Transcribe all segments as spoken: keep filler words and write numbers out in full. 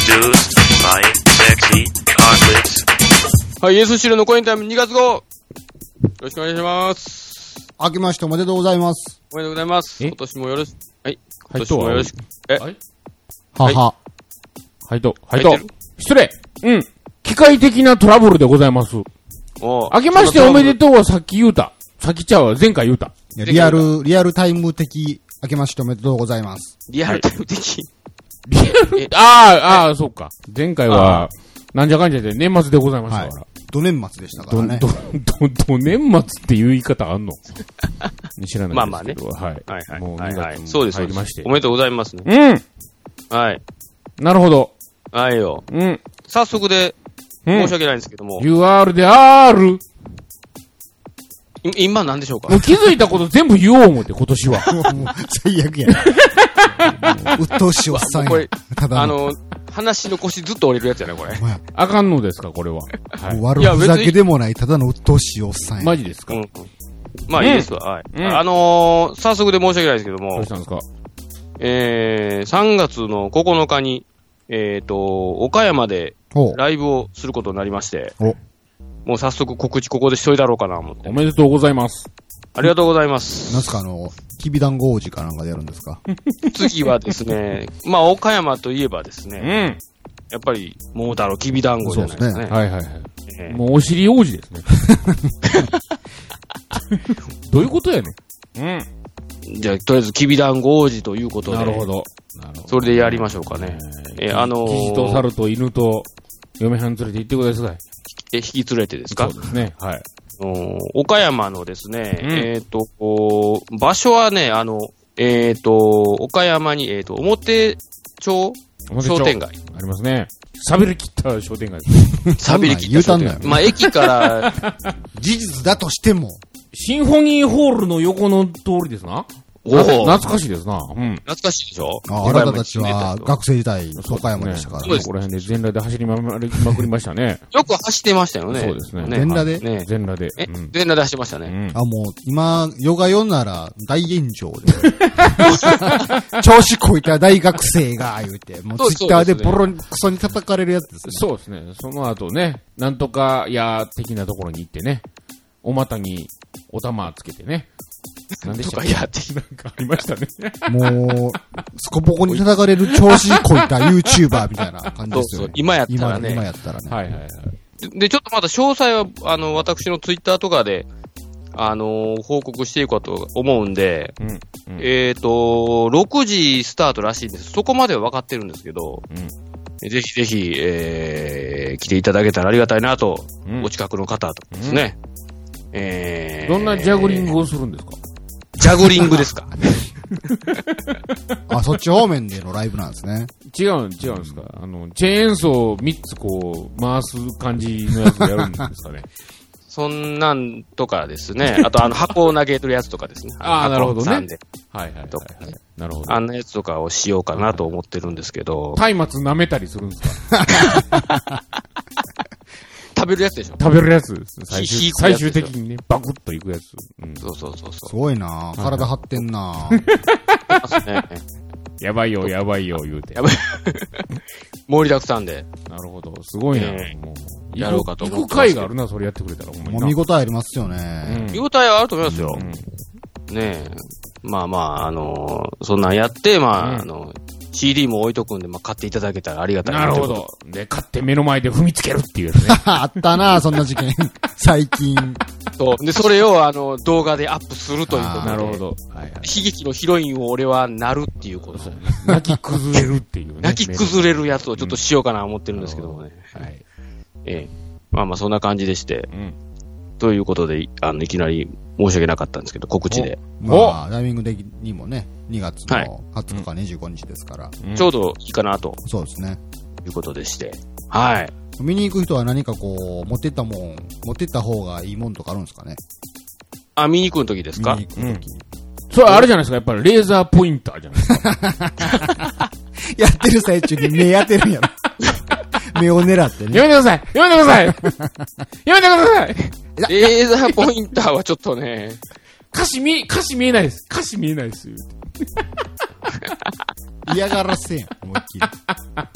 by Sexy Carpets。 はい、イエスシルのコインタイムにがつ号。よろしくお願いします。 明けましておめでとうございます。 おめでとうございます。 え今年もよろしく。はい。今はい年もよろしく。え、 はいはは。 はいと、はいと入ってる。 失礼。うん。機械的なトラブルでございます。 おう明けましておめでとうはさっき言うた。さっきちゃうわ。前回言うた。 いやリアル、リアルタイム的、明けましておめでとうございます。 リアルタイム的。 リアル、ああ、ああ、そうか。前回は、なんじゃかんじゃで年末でございましたはいから。。 ど年末でしたからど、 ね。 ど、ど、ど年末っていう言い方あんの知らないですけど。はい。 はいはい。 もうはいはい。 にがつにそうです、そうです入りまして。。 おめでとうございますね。 うん。 はい。 なるほど。 はいよ。 うん。 早速で、 うん申し訳ないんですけども。 ユーアール で R。 い今何でしょうか？ もう気づいたこと全部言おう思って、今年は。 もう最悪や。うっとうしいおっさんやこれ。 ただあの、話の腰ずっと折れるやつやね、これ。 お前あかんのですか、これは。はい。 悪ふざけでもない、ただのうっとうしいおっさんや。 マジですか。 うんうん。まあいいですわ。はい。 うんあのー、早速で申し訳ないですけどどもうし、たんですか。 えー、さんがつのここのかに、えっと、岡山でほう。 ライブをすることになりまして、 お、 もう早速告知ここでしといたろうかな思ってお。めでとうございます。 ありがとうございます。 なんすかあの、きびだんご王子かなんかでやるんですか？ 次はですね、まあ岡山といえばですうね、 ん。 やっぱり桃太郎きびだんごじゃないですかね。 はいはいはい。 えーもうお尻王子ですね。どういうことやねん。うじゃあ、とりあえずきびだんご王子ということん。 で、 なるほど。なるほど。 それでやりましょうかね。えーあのーキジと猿と犬と嫁はん連れて行ってください。 え、引き連れてですか？ そうですね。はい。 うん岡山のですね、 うんえっ、と、こう場所はね、あの、えっ、と、岡山に、えっ、と、表町表町商店街。 ありますね。錆びり切った商店街です。 錆びり切った商店言うたんだよ街。まあ、駅から、 事実だとしても、 シンフォニーホールの横の通りですな。 おお懐かしいですな。うん。 懐かしいでしょ？ ああなたたちは岡山に住んでた人学生時代、岡山でしたからねそうで。すここら辺で全裸で走りままくりましたね。 よく走ってましたよね。 そうですね全裸でね全裸で。 え、 うん全裸で走ってましたね。 うんあ、もう、今、ヨガ読んなら大炎上で。調子こいた大学生が、言うて、もうそうツイッターでそうですねボロにクソに叩かれるやつですね。 そうですね。その後ね、なんとか屋的なところに行ってね、お股にお玉つけてね。なんでしたっけとかやってなんかありましたね。 もう、スコポコに叩かれる調子こいた YouTuber みたいな感じですよね。 そうそう今やったらね今今やったらね。 はいはいはい。 で、ちょっとまた詳細は、あの、私のツイッターとかで、あのー報告していこうと思うんで、 うん。うん。 えっ、と、ろくじスタートらしいんです。そこまでは分かってるんですけど、 うん。 ぜひぜひ、えー、来ていただけたらありがたいなと、 うんお近くの方とですね。えー、 どんなジャグリングをするんですか？ ジャグリングですか？ あ、そっち方面でのライブなんですね。 違うん、違うんですか？あの、チェーンソーみっつこう、回す感じのやつやるんですかね？ そんなんとかですね。あと、あの、箱を投げるやつとかですね。 あーなるほどね箱を挟んではいはいはいとかねはい。なるほど。 あんなやつとかをしようかなと思ってるんですけど、 松明舐めたりするんですか？ 食べるやつでしょ？ 食べるやつです。最終火火食うや最つでしょ終的にね、バクッといくやつ。うん。 そうそうそうそすごいな体張ってんなう。ますね。 やばいよ、やばいよ、言うて。 やばい。盛りだくさんで。 なるほど。すごいな。 ええもう、 やろうかと思行くってますけど回があるな、それやってくれたら、ほんまにな。 もう見応えありますよね。 見応えはあると思いますよ。 うん。 ねえ。まあまあ、あのーそんなんやって、まあ、 うんあの、シーディー も置いとくんで、まあ買っていただけたらありがたいなるほど。で、買って目の前で踏みつけるっていうやつね。 あったなそんな事件。最近。 そう。で、それを、あの、動画でアップするということで。 なるほど。はいはい。 悲劇のヒロインを俺はなるっていうこと。 泣き崩れるっていうね。 泣き崩れるやつをちょっとしようかな思ってるんですけどもね。 はい。 ええ。まあまあ、そんな感じでして。 うん。 ということで、あの、いきなり申し訳なかったんですけど、告知で。 まあ、タイミング的にもね、にがつはいのはつかかにじゅうごにちですから。 うんちょうどいいかなとそうですね。 いうことでして。はい。 見に行く人は何かこう、持ってったもん、持ってった方がいいもんとかあるんですかね？ あ、見に行く時ですか？ 見に行くとき。 それあれじゃないですか、やっぱりレーザーポインターじゃないですか。 やってる最中に目当てるんやろ。目を狙ってね。 やめてくださいやめてくださいやめてくださいレーザーポインターはちょっとね、 歌詞見、歌詞見えないです。歌詞見えないです。言うて嫌がらせやん、思いっきり。 そうです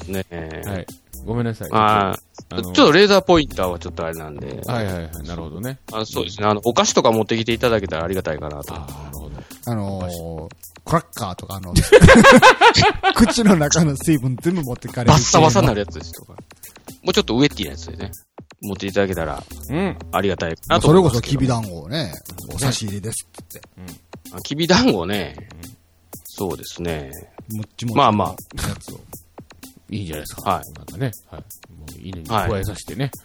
ね。 はい。ごめんなさい。 ああ。ちょっとレーザーポインターはちょっとあれなんで。 はいはいはい。なるほどね。 あそうですね。あの、お菓子とか持ってきていただけたらありがたいかなと。 ああ、なるほど。 あのー、クラッカーとかあの、口の中の水分全部持ってかれる。 バッサバサになるやつですとか。もうちょっとウエッティなやつでね。持っていただけたら、 うん。 ありがたいなとそれ思いますけど。 こそきびだんごをね、お差し入れですって言って。 うん。きびだんごね。そうですね。 もっちもちまあまあやつを。 いいじゃないですか。 はい。 なんかね。はい。もう犬に加えさせてね。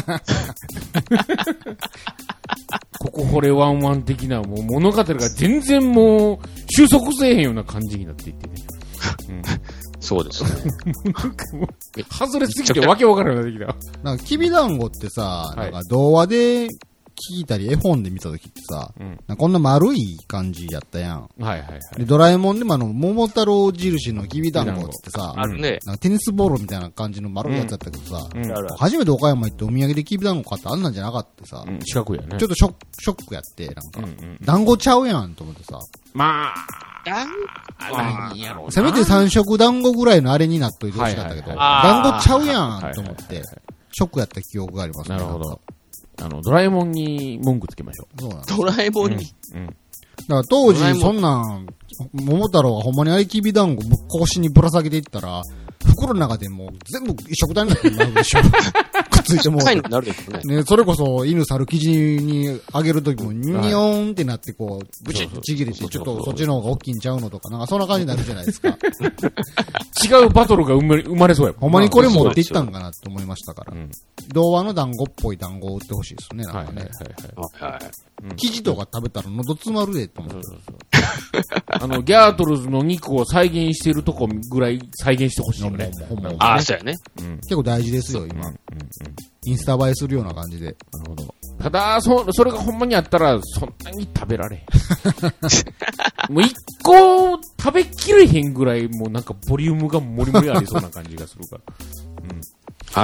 ここ惚れワンワン的なもう物語が全然もう収束せえへんような感じになっていってね。うん、 そうですね。 なんかもう、外れすぎてわけわからなくなってきた。 なんかきびだんごってさ、 はいなんか童話で聞いたり絵本で見たときってさ、 うん、 なんかこんな丸い感じやったやん。 はいはいはい。 で、ドラえもんでもあの、桃太郎印のきびだんごってさ、 あるね。 なんかテニスボールみたいな感じの丸いやつやったけどさ、 うんうん、 初めて岡山行ってお土産できびだんご買ったあんなんじゃなかったさ、 うん、四角いやね。 ちょっとショック、ショックやって、なんか、 うんうん、 団子ちゃうやんと思ってさ。 まあ、 団何やろうな。 せめて三色団子ぐらいのあれになっといてほしかったけど、 はいはいはい団子ちゃうやんと思って、ショックやった記憶がありますね。 なるほど。あの、ドラえもんに文句つけましょう。 そうなんドラえもんに。 うん。うん、 だから当時、そんなん、桃太郎がほんまにあれきび団子腰にぶら下げていったら、袋の中でもう全部一色体になってなるでしょ。くっついてもう。 はい、なるですね。 ね、それこそ犬猿生地にあげるときも、ニョーンってなってこう、ブチッちぎれて、ちょっとそっちの方が大きいんちゃうのとか、なんかそんな感じになるじゃないですか。 違うバトルが生まれ、生まれそうや。 ほんまにこれ持っていったんかなって思いましたから。 うん、 童話の団子っぽい団子を売ってほしいですね、なんかね。 はいはいはい。 生地とか食べたら喉詰まるで、と思って。 そうそうそうあの、ギャートルズの肉を再現してるとこぐらい再現してほしいよね。 ほんまああ、そうやね。 うん、結構大事ですよ、今、うんうん。インスタ映えするような感じで。 なるほど。ただ、そ、それがほんまにあったら、そんなに食べられへん。もう一個食べきれへんぐらい、もうなんかボリュームがもりもりありそうな感じがするから。うん。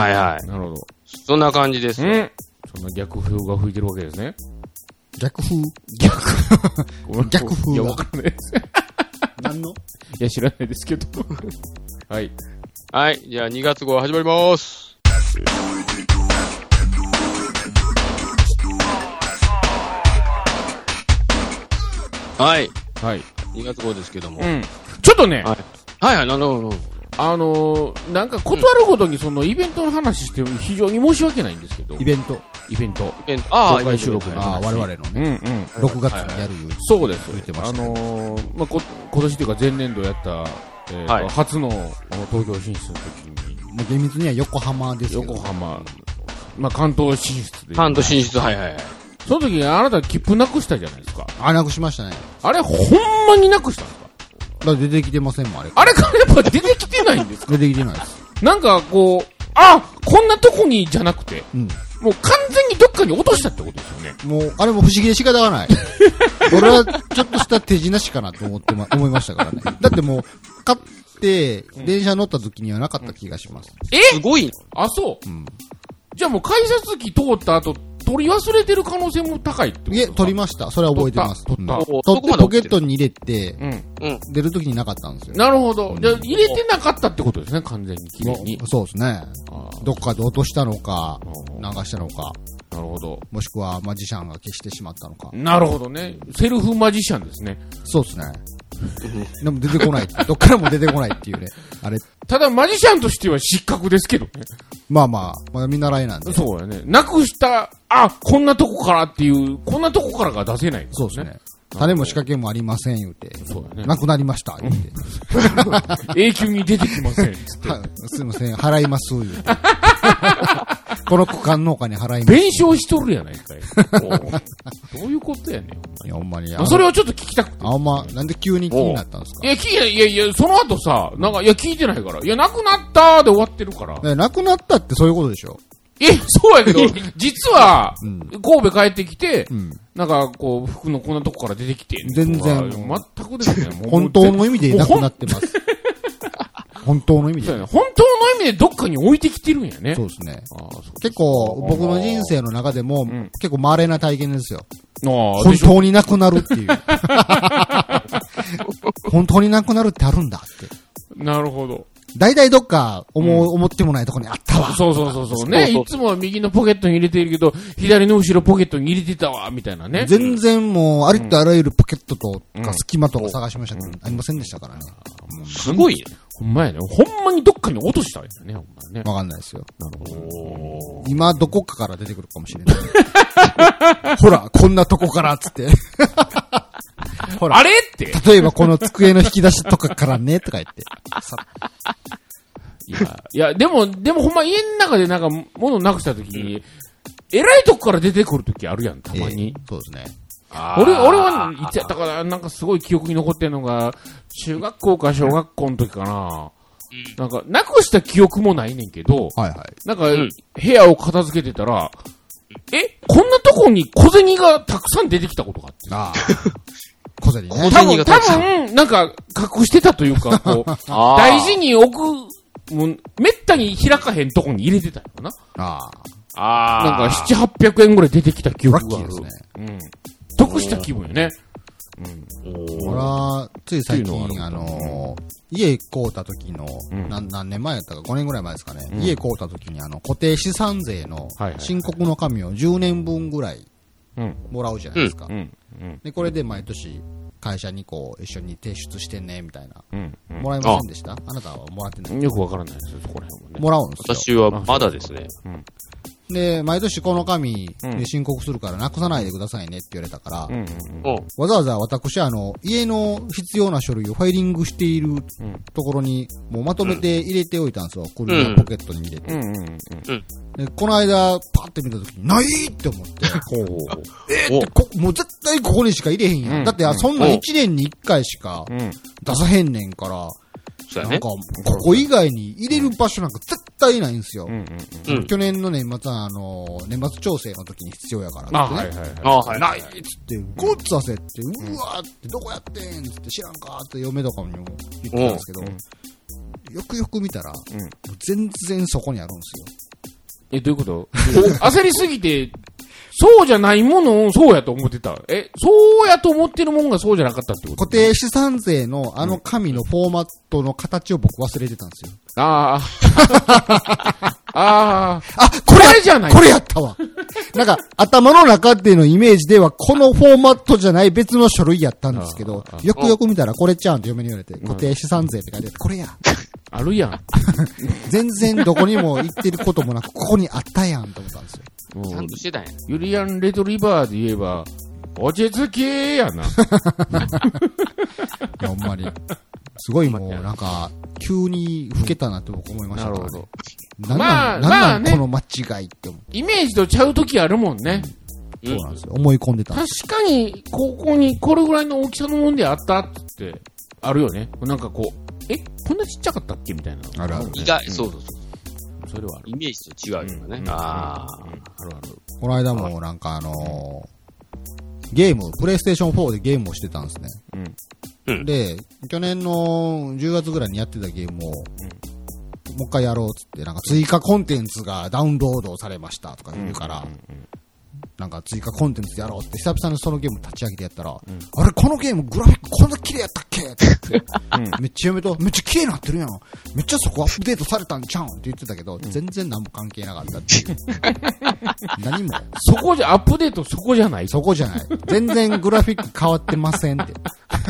はいはい。 なるほど。 そんな感じです。 うん。そんな逆風が吹いてるわけですね。 逆風逆逆風が。 いや、わからないです。 何のいや、知らないですけど。はい。 はい。じゃあにがつ号始まります。はい。 はい。 にがつ号ですけども。 うん。ちょっとね。 はい。はいはい、なるほど。 あのー、なんか、ことあるごとにそのイベントの話して非常に申し訳ないんですけど。 イベント。 イベント。 イベント。ああ、 公開収録の話。 ああ、我々のね。 うんうん。 ろくがつにやるいう。 そうです。 言ってました。 あのー、まあ、こ、今年というか前年度やった、えーはい、初の東京進出の時に。 もう厳密には横浜ですよ。 横浜。まあ、関東進出で。 関東進出、はいはいはい。 その時にあなた切符なくしたじゃないですか。 あ、なくしましたね。 あれ、ほんまになくしたんですか？ だ出てきてませんもん、あれ。 あれからやっぱ出てきてないんですか？ 出てきてないです。 なんかこう、あ、こんなとこにじゃなくて、うん、もう完全にどっかに落としたってことですよね。 もう、あれも不思議で仕方がない。俺はちょっとした手品師かなと思ってま、思いましたからね。だってもう、買って、電車乗った時にはなかった気がします。 うん、えすごいあ、そう。うん、じゃあもう改札機通った後、取り忘れてる可能性も高いってことですか？ いえ、取りました。それは覚えてます。 取った。 取ってポケットに入れて、 うん。 出るときになかったんですよ。 なるほど。じゃあ入れてなかったってことですね、完全に。綺麗に。 そうですね。どっかで落としたのか、流したのか。 なるほど。 もしくはマジシャンが消してしまったのか。 なるほどね。セルフマジシャンですね。 そうですね。でも出てこない。どっからも出てこないっていうね。あれ。 ただマジシャンとしては失格ですけどね。 まあまあ、まだ見習いなんで。 そうやね。なくした、あ、こんなとこからっていう、こんなとこからが出せない、ね。 そうですね。種も仕掛けもありません言うて。 そうやね。 なくなりました言うて。永久に出てきませんつって。 すいません、払います言うて。この区間農家に払います。 弁償しとるやないかい。どういうことやねん。 いや、ほんまに。 それをちょっと聞きたくて。 あ、ほんま、なんで急に気になったんですか？ いや、聞いて、いやいや、その後さ、なんか、いや、聞いてないから。いや、なくなったーで終わってるから。 なくなったってそういうことでしょ？ え、そうやけど、実は、うん、神戸帰ってきて、うん、なんか、こう、服のこんなとこから出てきて。 全然。 全くですね。 もう本当の意味でなくなってます。本当の意味で。 ね、本当の意味でどっかに置いてきてるんやね。 そうですね。あそう結構、僕の人生の中でも、うん、結構稀な体験ですよ。本当になくなるっていう。本当になくなるってあるんだって。 なるほど。 大体どっか思う、思ってもないところにあったわ。 そうそうそうそうね。いつもは右のポケットに入れているけど、左の後ろポケットに入れてたわ、みたいなね。 全然もう、ありとあらゆるポケットとか隙間とか探しましたけど、ありませんでしたからね。 すごいね。 ほんまやね。ほんまにどっかに落としたわけだね、ほんまね。 わかんないですよ。 なるほど。 今、どこかから出てくるかもしれない。ほら、こんなとこからっつって。ほら、 あれって。 例えばこの机の引き出しとかからね、とか言って。 いや、いや、でも、でもほんま家の中でなんか物なくした時に、えらいとこから出てくる時あるやん、たまに。 えーそうですね。 俺、俺はいつやったかな、なんかすごい記憶に残ってんのが、中学校か小学校の時かな。なんか、なくした記憶もないねんけど、 はいはい。 なんか、部屋を片付けてたら、え、こんなとこに小銭がたくさん出てきたことがあって。 ああ。小銭ね。 小多分、多銭がたくさん分、なんか、隠してたというか、こう、 あー大事に置く、もう、めったに開かへんとこに入れてたのかな。 ああ。 ああ。 なんか、七八百円ぐらい出てきた記憶がある。 ラッキーですうん。得した気分よね。 俺は、つい最近、 っていうのはあるあのー、家買うた時の、 うんなん何年前やったか、ごねんぐらい前ですかね。 うん家買うた時に、あの、固定資産税のはいはい申告の紙をじゅうねんぶんぐらいうん。 もらうじゃないですか。 うん。うん。 で、これで毎年、会社にこう、一緒に提出してね、みたいな。 うん。うんもらえませんでしたあなたはもらってないよくわからないですよ、そこら辺もね。 もらうんですよ。 私はまだですね。 うん。 で、毎年この紙うんで申告するからなくさないでくださいねって言われたから、 うん。うん。 おわざわざ私あの、家の必要な書類をファイリングしているうん。 ところに、もうまとめて入れておいたんですよ。車のポケットに入れて。 うん。うん。 で、この間、パッて見たときに、ないって思って、 ほうほうほう。 えーってこ、もう絶対ここにしか入れへんやん。 うんだって、あそんなんいちねんにいっかいしかうん。 出さへんねんから、 そうやねなんか、。ここ以外に入れる場所なんか絶対ないんですよ。 うん。 うん。 去年の年末は、あの、年末調整の時に必要やからあ、 ってね。 はいはいはい。 あはい。 ないっつって、ごっつ焦って、うわーって、どこやってんつって知らんかって嫁とかにも言ってたんですけど、よくよく見たら、 うん。 全然そこにあるんですよ。 え、どういうこと焦りすぎて、そうじゃないものをそうやと思ってた。え、そうやと思ってるもんがそうじゃなかったってこと固定資産税のあの紙のフォーマットの形を僕忘れてたんですよ。 ああ。ああ。 あ、これこれじゃないこれやったわ。なんか、頭の中でのイメージでは、このフォーマットじゃない別の書類やったんですけどあ、あよくよく見たら、これちゃうんって嫁に言われて、固定資産税って書いてあって、これや。 あるやん。 全然どこにも行ってることもなく、ここにあったやんと思ったんですよ。 ちゃんとしてたんや。 ユリアン・レトリバーで言えば、落ち着けやな。 ほんまに。すごいもう、なんか、急に老けたなって僕思いましたから、ね。 なるほど。 なんなん、 まあなんなん、 まあねこの間違いって思う。 イメージとちゃうときあるもんね。 そうなんですよ。思い込んでたんです確かに、ここにこれぐらいの大きさのもんであったって、あるよね。なんかこう、え、こんなちっちゃかったっけみたいな。 あるある意外、 うんそうそうそう。 それはある。 イメージと違うよね。 うんああ。 うんあるある。 この間もなんかあのーゲーム、プレイステーションフォーでゲームをしてたんですね。 うん。 で、去年のじゅうがつぐらいにやってたゲームを、もう一回やろうっつって、なんか追加コンテンツがダウンロードされましたとか言うから、なんか追加コンテンツやろうって久々にそのゲーム立ち上げてやったら、あれこのゲームグラフィックこんな綺麗やったっけって言って、めっちゃ嫁と、めっちゃ綺麗になってるやん。めっちゃそこアップデートされたんちゃうんって言ってたけど、全然何も関係なかったっていう。何も。 そこじゃ、アップデートそこじゃない。 そこじゃない。全然グラフィック変わってませんって。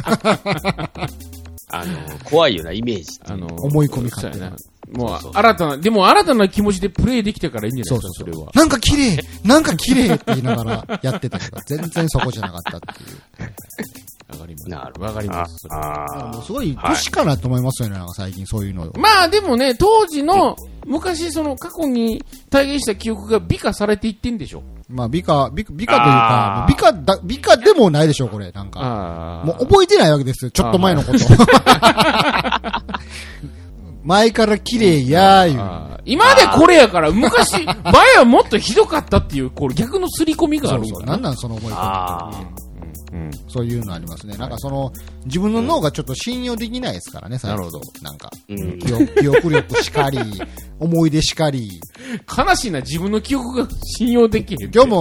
あの、怖いよな、イメージ。 あの、 思い込み勝手なそうやな。もう、新たな、でも新たな気持ちでプレイできたからいいんじゃないですか、それは。 なんか綺麗なんか綺麗って言いながらやってたけど、全然そこじゃなかったっていう。 わかります。 なるほどわかります。それはあもうすごい年かなと思いますよね、なんか最近そういうの。 まあでもね、当時の、昔その過去に体現した記憶が美化されていってんでしょ。 まあ美化、美化美化というかあ、ー美化だ、美化でもないでしょ、これ、なんか。 ああ。 もう覚えてないわけですよ、ちょっと前のこと。前から綺麗やーいう。 あー今までこれやから、昔、前はもっとひどかったっていう、これ逆の刷り込みがあそうそう。 るんだなんなんその思い込みあって。 うん。 そういうのありますね。なんかその、自分の脳がちょっと信用できないですからね、最近なるほど。 なんか、 うん記憶記憶力しかり、思い出しかり。 悲しいな、自分の記憶が信用できへん。 今日も、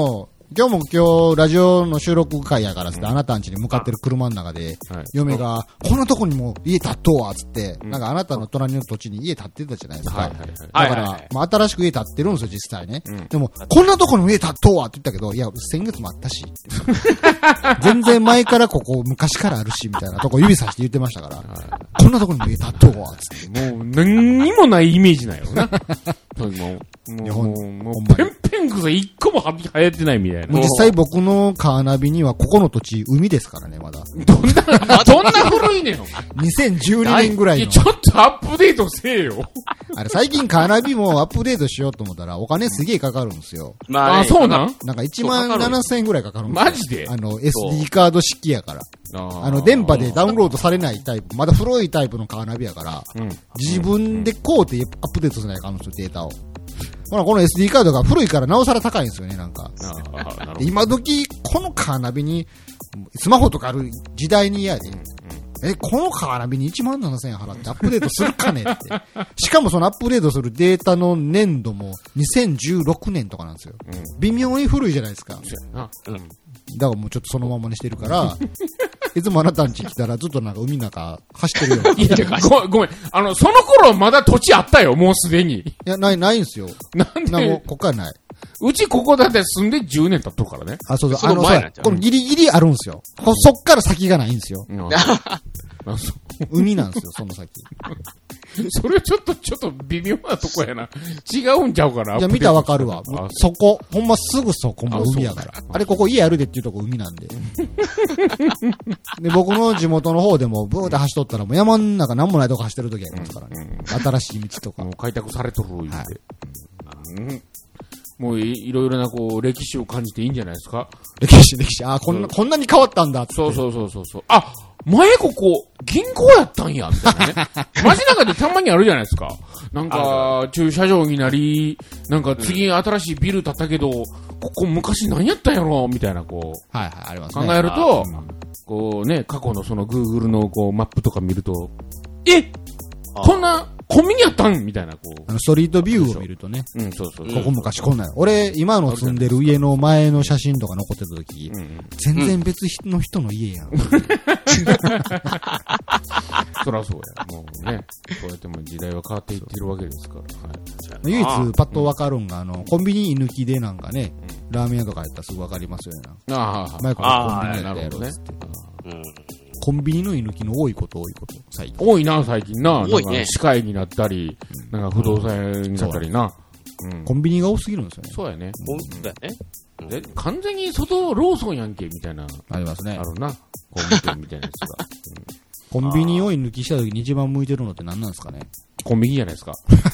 今日も今日、ラジオの収録会やからっつって、あなたん家に向かってる車の中で、嫁が、こんなとこにも家建っとうわっつって、なんかあなたの隣の土地に家建ってたじゃないですか。だから、まあ新しく家建ってるんですよ、実際ね。でも、こんなとこにも家建っとうわって言ったけど、いや、先月もあったし。全然前からここ、昔からあるし、みたいなとこ指さして言ってましたから、こんなとこにも家建っとうわっつって。 もう、何にもないイメージなんやろな。もう、もう、もう、ペンペン草一個も流行ってないみたいな。 もう実際僕のカーナビには、ここの土地、海ですからね、まだ。 どんな、どんな古いねん。 にせんじゅうにねんぐらいの。 ちょっとアップデートせえよ。 あれ、最近カーナビもアップデートしようと思ったら、お金すげえかかるんですよ。 まあ、あ、そうなんなんかいちまんななせんえんぐらいかかるんですよ。 マジであの、エスディー カード式やから。あの、電波でダウンロードされないタイプ、まだ古いタイプのカーナビやから、うん、自分でこうってアップデートせないかんのですよ、データを。ほら、この エスディー カードが古いからなおさら高いんですよね、なんか。今時、このカーナビに、スマホとかある時代にやで、うんうん、え、このカーナビにいちまんななせんえん払ってアップデートするかねって。しかもそのアップデートするデータの年度もにせんじゅうろくねんとかなんですよ。うん、微妙に古いじゃないですか。うん、だからもうちょっとそのままにしてるから、いつもあなたん家来たらずっとなんか海の中走ってるよ。 いや、ご, ごめん。あの、その頃まだ土地あったよ、もうすでに。 いや、ない、ないんすよ。 なんでなもう、こっからない。 うちここだって住んでじゅうねん経っとるからね。 あ、そうそう。あの、そうこのギリギリあるんすよ。そっから先がないんですよ。海なんですよ、その先。 それちょっと、ちょっと微妙なとこやな。違うんちゃうかな。 いや、見たらわかるわ。そこ、ほんますぐそこも海やから。あ, あれ、ここ家あるでっていうとこ海なんで。で、僕の地元の方でもブーって走っとったら、もう山の中なんもないとこ走ってる時ありますからね。うん、新しい道とか。 もう開拓されとる言うて。はいうん、もうい、いろいろなこう、歴史を感じていいんじゃないですか。 歴史、歴史。あ、こんな、こんなに変わったんだって。 そうそうそうそうそう。あ前ここ、銀行やったんや、みたいなね。街中でたまにあるじゃないですか。なんか、駐車場になり、なんか次新しいビル建ったけど、ここ昔何やったんやろみたいな、こう。 はいはい、ありますね。 考えると、こうね、過去のその Google のこうマップとか見ると、えこんな、コンビニやったんみたいな、こう。 あの、ストリートビューを見るとね。 うん、そうそう。 ここ昔こんなんや。俺、今の住んでる家の前の写真とか残ってた時、うんうん、全然別の人の家やん。 そらそうや。もうね、こうやっても時代は変わっていってるわけですから。はい、 唯一パッとわかるんが、あの、コンビニ居抜きでなんかね、うん、ラーメン屋とかやったらすぐわかりますよね。ああ、前こそコンビニやったやろね。コンビニの居抜きの多いこと多いこと、 最近。多いな、最近な。多いね。歯科医になったり、なんか不動産屋になったりな。 うん、コンビニが多すぎるんですよね。 そうやね。そうだよね。で、完全に外ローソンやんけ、みたいな。 ありますね。 あるな。コンビニ店みたいなやつが。 うん、コンビニを居抜きした時に一番向いてるのって何なんですかね。 コンビニじゃないですか。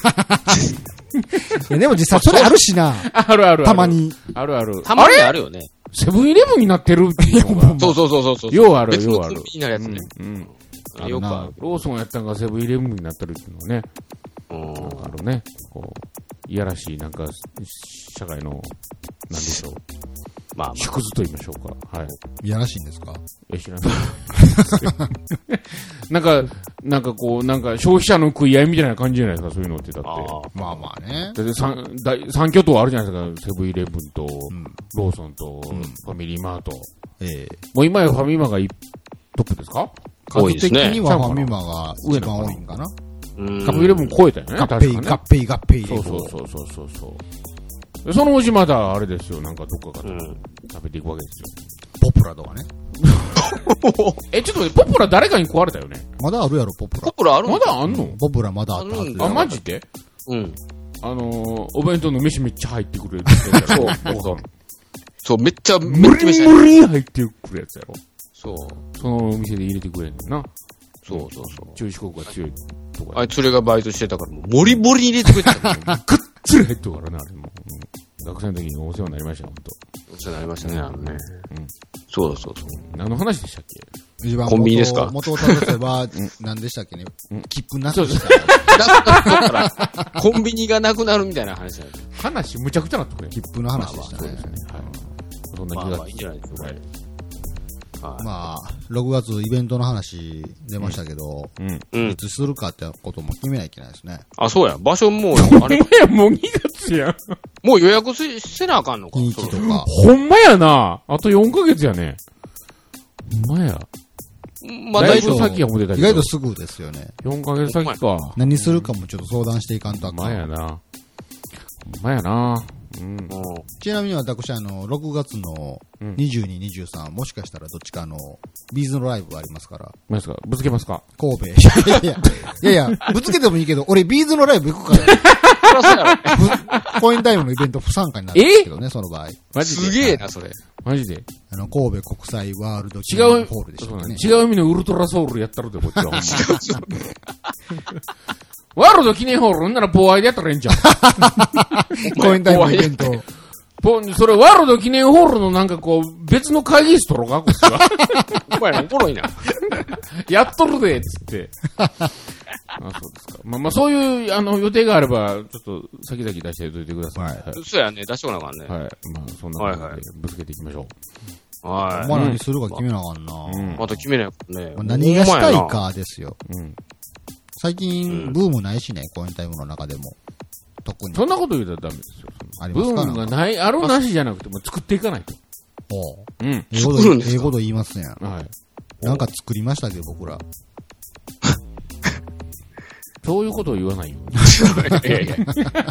いやでも実際それあるしな。 あるある。 たまに。 あるある。 たまにあるよね。 セブンイレブンになってるっていうのが。 そうそうそうそう。 ようある、ようある。 別のコンビニになるやつね。うん。 うん、よくある。ローソンやったんがセブンイレブンになってるっていうのはね。うん。あるね。こう、いやらしい、なんか、社会の、なんでしょう。まあ、まあ、縮図と言いましょうか。はい。 いやらしいんですか？ いや、知らない。なんか、なんかこう、なんか消費者の食い合いみたいな感じじゃないですか、そういうのってだって。あまあまあね。 だって三、三巨頭あるじゃないですか、セブンイレブンと、うん、ローソンと、うん、ファミリーマート。ええー。もう今やファミマがトップですか？ 数的にはファミマが一番多いんかな。 カップイレブン超えたよね。 合併、合併、合併。 そうそうそうそうそう。そのうちまだあれですよ、なんかどっかから食べていくわけですよ。 ポプラとかね。 え、ちょっと待って、ポプラ誰かに食われたよね。 まだあるやろ、ポプラ。 ポプラあるまだあんの？ ポプラまだあったはず。 あ、マジで？ うん。 あのー、お弁当の飯めっちゃ入ってくる。 そう、そう、めっちゃ、めっちゃ飯無理に入ってくるやつやろ。 そう。 そのお店で入れてくれんねんな。 そうそうそう。 中四国が強いとか。 あいつれがバイトしてたから、もう、ボリボリに入れてくれてたから。 ぐっつり入ってるからね、あれも。うん、学生の時にお世話になりましたよ、ほんと。 お世話になりましたね、あのね。うん。そうそうそう。 何の話でしたっけ？ 一番コンビニですか？ 元を正せば、何でしたっけね？切符なくしたら。コンビニがなくなるみたいな話なんです。 話むちゃくちゃなってくれ。 切符の話でしたね。 そうですね。はい。そんな気がいいじゃないですか。 まあ、ろくがつイベントの話出ましたけど、うん、いつするかってことも決めないといけないですね。 あ、そうや。場所もう、 あれ。もうにがつやん。 もう予約せせなあかんのか。 日にちとか。 ほんまやな。あとよんかげつやね。ほんまや。 まあ大丈夫。 だいぶ先や思ってたけど。 意外とすぐですよね。 よんかげつ先か。 何するかもちょっと相談していかんとあほんかん。 まやな。ほんまやな。うん。 ちなみに私、あの、ろくがつのにじゅうに、にじゅうさん、もしかしたらどっちかあの、ビーズのライブがありますから。 何ですかぶつけますか神戸。いやいや、いやいや、ぶつけてもいいけど、俺ビーズのライブ行くから、 そらそうやろ。 コインタイムのイベント不参加になるんですけどね、その場合。 マジで。 すげえな、それ。 マジで。 あの、神戸国際ワールド記違う、 念ホールでしたっけね。 違う意味のウルトラソウルやったるで、こっちは。ほんまワールド記念ホール、んならボアイでやったらええんじゃん。 コインタイムのイベント。 ポそれ、ワールド記念ホールのなんかこう、別の会議室取ろうか、こっちは。 お前らおもろいな。 やっとるで、つって。あ、そうですか。まあまあ、そういう、あの、予定があれば、ちょっと、先々出しておいてください。 はいはい。 そうやね、出しとかなあかんね。 はい。まあ、そんなはいはい感じで、ぶつけていきましょはお前何するか決めなあかんな。 う。うんい。。また決めないからねまあ。何がしたいかですよ。 うん。 最近、ブームないしね、コインタイムの中でも。特に。 そんなこと言うたらダメですよ。 ありますかブームがない、あるなしじゃなくても作っていかないと。 おううん。 ええこと作るんですかええこと言いますね。 はい。 なんか作りましたけど、僕ら。 そういうことを言わないよ。 いやいや。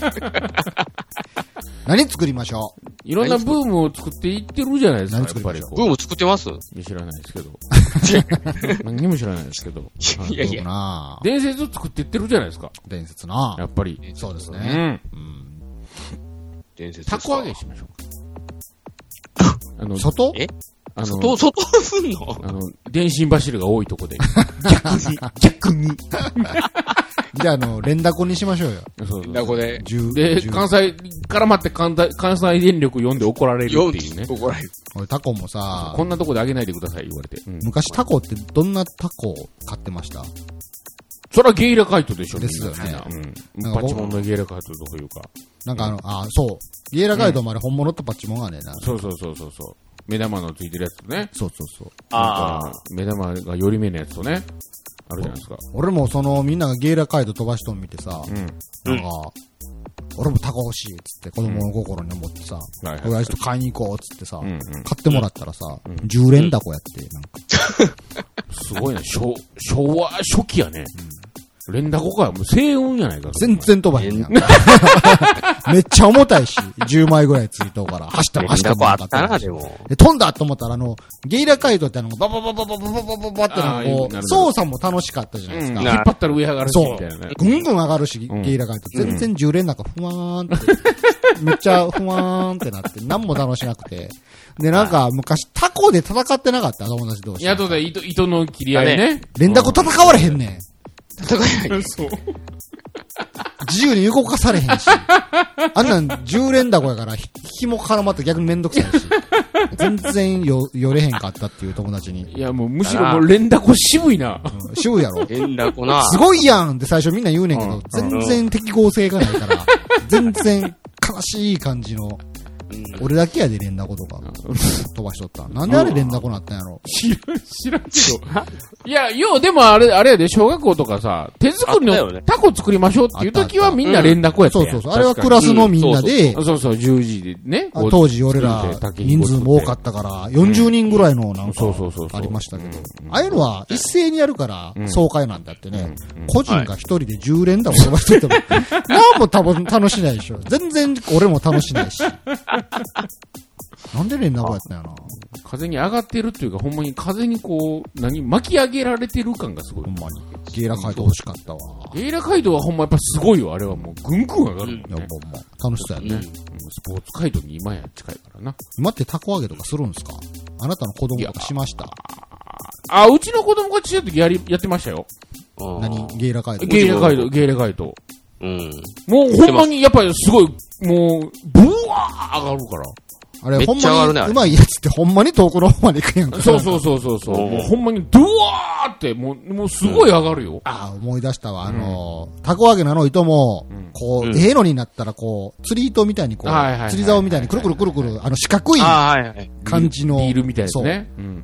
何作りましょいろんなブームを作っていってるじゃないですか、や何作りましょうっぱりこブーム作ってますう。知らないですけど。何にも知らないですけど。 うどういやいや。 な伝説を作っていってるじゃないですか。 伝説なやっぱり。 そうですね。 うん。 うん。 伝説ですか。 たこ揚げしましょうか。あの、 外えあの、 外、外すんのあの、電信柱が多いとこで。逆に、逆に。 じゃあ、あの、連打コにしましょうよ。 そうそうだこで。 十で、 十関西、絡まって関西関西電力読んで怒られるよっていうね。 怒られる。 俺タコもさこ、んなとこであげないでください、言われて。うん昔タコってどんなタコ買ってましたそれはゲイラカイトでしょ、みんなですよね好きなうん。 なんかパチモンのゲイラカイトというか。 なんかあの、あ、そう。ゲイラガイドもあれ本物とパッチモンがねえな。 そうそうそうそうそう。目玉のついてるやつとね。 そうそうそう。 あなんか目玉がより目のやつとね。あるじゃないですか。 俺もそのみんながゲイラガイド飛ばしとん見てさ、 うん。 なんか、俺もタコ欲しいっつって子供の心に思ってさ、 はいはい親父と買いに行こうっつってさ、 うんうん。 買ってもらったらさ、じゅう連ダコやって、なんか、 すごいね。昭昭和初期やね。連打後か。もう星雲やないか。 全然飛ばへんやん。めっちゃ重たいし、じゅうまいぐらいついとうから、走っても走って連打もコあったな、でも。 で、飛んだと思ったら、あの、ゲイラカイドってあの、ババババババババババってあーのこう、 なるほど操作も楽しかったじゃないですうん。 か。 引っ張ったら上上がるし、 そうみたいなね。。 ぐんぐん上がるし、 んゲイラカイド。全然じゅう連なんかふわーんって、めっちゃふわーんってなって、なんも楽しなくて。で、なんか、昔、タコで戦ってなかった友達同士。 あとで糸、糸の切り合いね。 連打コ戦われへんねん。 戦えない。 そう。 自由に動かされへんし。あんなんじゅう連打コやから、ひ紐絡まって逆にめんどくさいし。全然よ、寄れへんかったっていう友達に。 いや、もうむしろもう連打こ渋いな。 うん渋いやろ。 連打コな。 すごいやんって最初みんな言うねんけど、 うん全然適合性がないから、全然悲しい感じの、俺だけやで連打子とか飛ばしとった。なんであれ連打子なったんやろ。 知らん、知らんけど。いや、よう、でもあれ、あれやで、小学校とかさ、手作りのあったよねタコ作りましょうっていう時はみんな連打子やったやん。 そうそうそう。あれはクラスのみんなで、 そうそう、じゅうじでね。 あ当時俺ら人数も多かっったから、よんじゅうにんぐらいのなんかそうそうそうそうありましたけどうん、 ああいうのは一斉にやるからうん爽快なんだってねうんうん、 個人が一人でじゅう連打を飛ばしてても、なんも多分楽しないでしょ。全然俺も楽しないし。なんで連打子やったんやな。 風に上がってるっていうか、ほんまに風にこう、何、巻き上げられてる感がすごいほん。まに。ゲイラ書いて欲しかったわ。 ゲイラ街道はほんまやっぱすごいよ。あれはもうぐんぐん上がるもんね。 いや、ほんま。楽しそうやね。 うん。 うんスポーツ街道に今や近いからな。 今ってタコ揚げとかするんですか？あなたの子供とかしました？ あ、うちの子供がちっちゃい時やり、やってましたよ。 何ゲイラ書いて。 ゲイラ街道、ゲイラ街道。 うん。 もうほんまにやっぱりすごい、もう、ブワー上がるから。 あれ、 めほんまに、 っちゃ上がるねあれうまいやつってほんまに遠くの方まで行くやんか。 そうそうそうそうそう。 うんもうほんまにドワーって、もう、もうすごい上がるよ。 ああ、思い出したわ。あのー、タコ揚げのあの糸も、こう、 うんええのになったら、こう、釣り糸みたいにこう、 はいはいはい釣り竿みたいにくるくるくるくる、あの四角いああ、はいはい。 感じの、 ビールみたいですそうね。うん。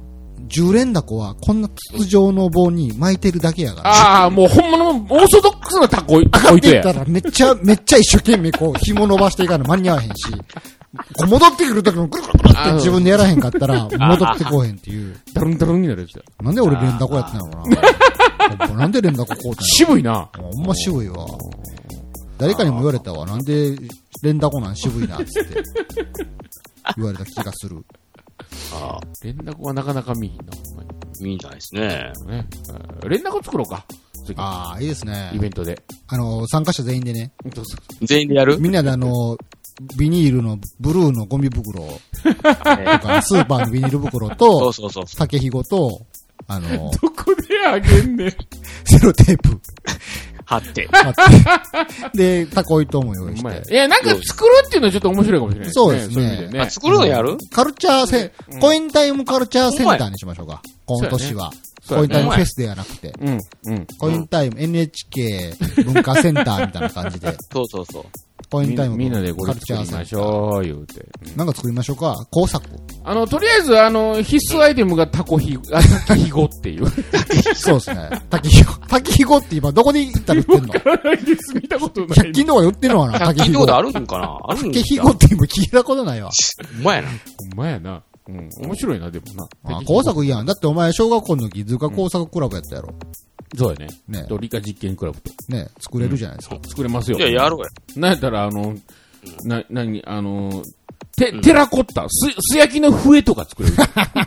十連ダコはこんな筒状の棒に巻いてるだけやから。 ああ、もうほんまのオーソドックスなタコ、タコ上糸や。 がっていったらめっちゃ、めっちゃ一生懸命こう紐伸ばしていかない間に合わへんし、こう戻ってくるときもぐるぐるぐるって自分でやらへんかったら戻ってこうへんっていう。 ダルンダルンになるやつや。 なんで俺連ダコやってんのかな。なんで連ダコこうってんの。 渋いな。 ほんま渋いわ。誰かにも言われたわ。なんで連ダコなん渋いなっつって言われた気がする。 ああ。 連絡はなかなか見えへんな、ほんまに。 いいんじゃないですね。 ね。連絡作ろうか。 ああ、いいですね。 イベントで。 あの、参加者全員でね。 全員でやるみんなであの、ビニールのブルーのゴミ袋とか、スーパーのビニール袋と、 そうそうそう。 竹ひごと、あの、 どこであげんねん。 セロテープ貼って。 貼って。で、タコ糸も用意して。 いや、なんか作るっていうのはちょっと面白いかもしれないですね。 そうですね。 そういう意味でね。 あ、作るのやるカルチャーセ、コインタイムカルチャーセンターにしましょうか。今年は。コインタイムフェスではなくて。 うん。うん。 コインタイム エヌエイチケー 文化センターみたいな感じで。 そうそうそう。 コインタイムみんなでこれ作りましょう、言うて。 なんか作りましょうか。工作。 あの、とりあえず、あの、必須アイテムがタコヒ、あ、タキヒゴっていう。 そうですね。滝ひご。滝ひごって今どこで行ったら売ってんの？ わからないです。見たことない。 ひゃく均とかで売ってんのかな？ 滝ひごであるんかなあるん滝ひごって今聞いたことないわ。 ほんまやな。 ほんまやな。うん。面白いな、でもな。 あ、工作いいやん。だってお前小学校の時図画工作クラブやったやろ。 そうやね。 ね。 と理科実験クラブと。 ね。作れるじゃないですか。 作れますよ。 いや、やろうや。 なんやったら、あの、な、なに、あの、て、テラコッタ、す、す焼きの笛とか作れる。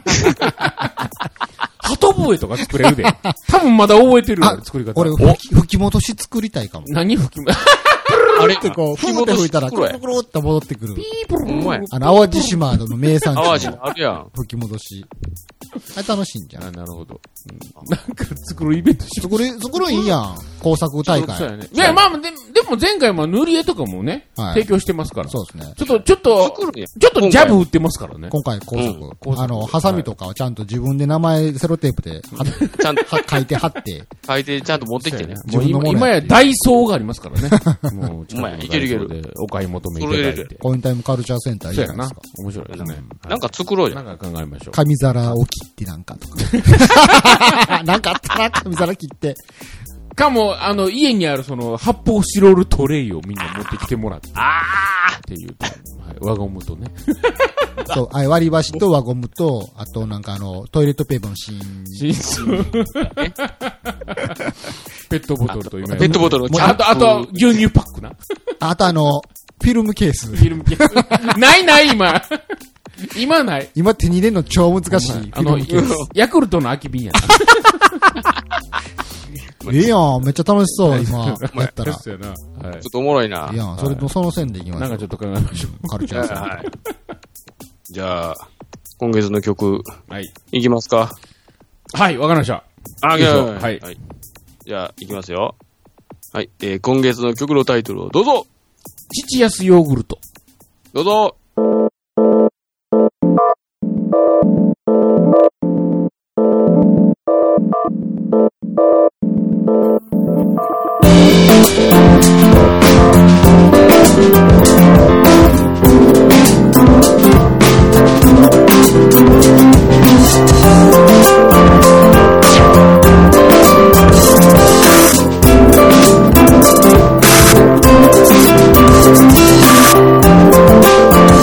鳩笛とか作れるで。多分まだ覚えてるわ、作り方。 俺、吹き、吹き戻し作りたいかも。 何吹き戻しあれってこう、ふーって吹いたら、くるくるって戻ってくる。 ピープルほんまや。 あの、淡路島の名産地淡路のあるやん。 吹き戻し。あれ楽しいんじゃん。 あ、なるほど。うん、なんか作るイベントし作る、作るんいいやん。工作大会。 そうやね。いや、まあ、で、でも前回も塗り絵とかもね、 はい提供してますから。 そうですね。 ちょっと、ちょっと、 作るんや。 ちょっとジャブ打ってますからね。 今回工作。 工作あの、ハサミとかはちゃんと自分で名前セロテープで貼っちゃんとは書いて貼って。 書いてちゃんと持ってきてね。 自分のものや今やダイソーがありますからね。もう、 ほんまやいけるいけるお買い求めいただいて。 コインタイムカルチャーセンターいいそうやなじゃないですか。。 面白いですね。 なんか作ろうじゃん。 なんか考えましょう。 紙皿を切ってなんかとか。なんかあったな、紙皿切って。 かも、あの、家にあるその、発泡スチロールトレイをみんな持ってきてもらって。あーっていう、はい、輪ゴムとね。 そう、あ割り箸と輪ゴムと、あとなんかあの、トイレットペーパーの芯。 真相。ペットボトルと今ペットボトルをちゃんと。 あと、あと、牛乳パックな。 あとあの、フィルムケース。 フィルムケース。ないない、今。今ない。 今手に入れるの超難しい。フィルムケース。 ヤクルトの空き瓶やな。 いいやん、めっちゃ楽しそう、今、やったら。 そうやな。はい。 ちょっとおもろいな。 いいやん、それとその線でいきましょう。 なんかちょっと考えましょう。 カルチャーセンター。 はい。じゃあ、今月の曲、 はい。 いきますか。 はい、わかりました。 あ、 いいですよはい。 はいはい。じゃあ、いきますよ。はい。えー、今月の曲のタイトルをどうぞ父安ヨーグルト。 どうぞ 「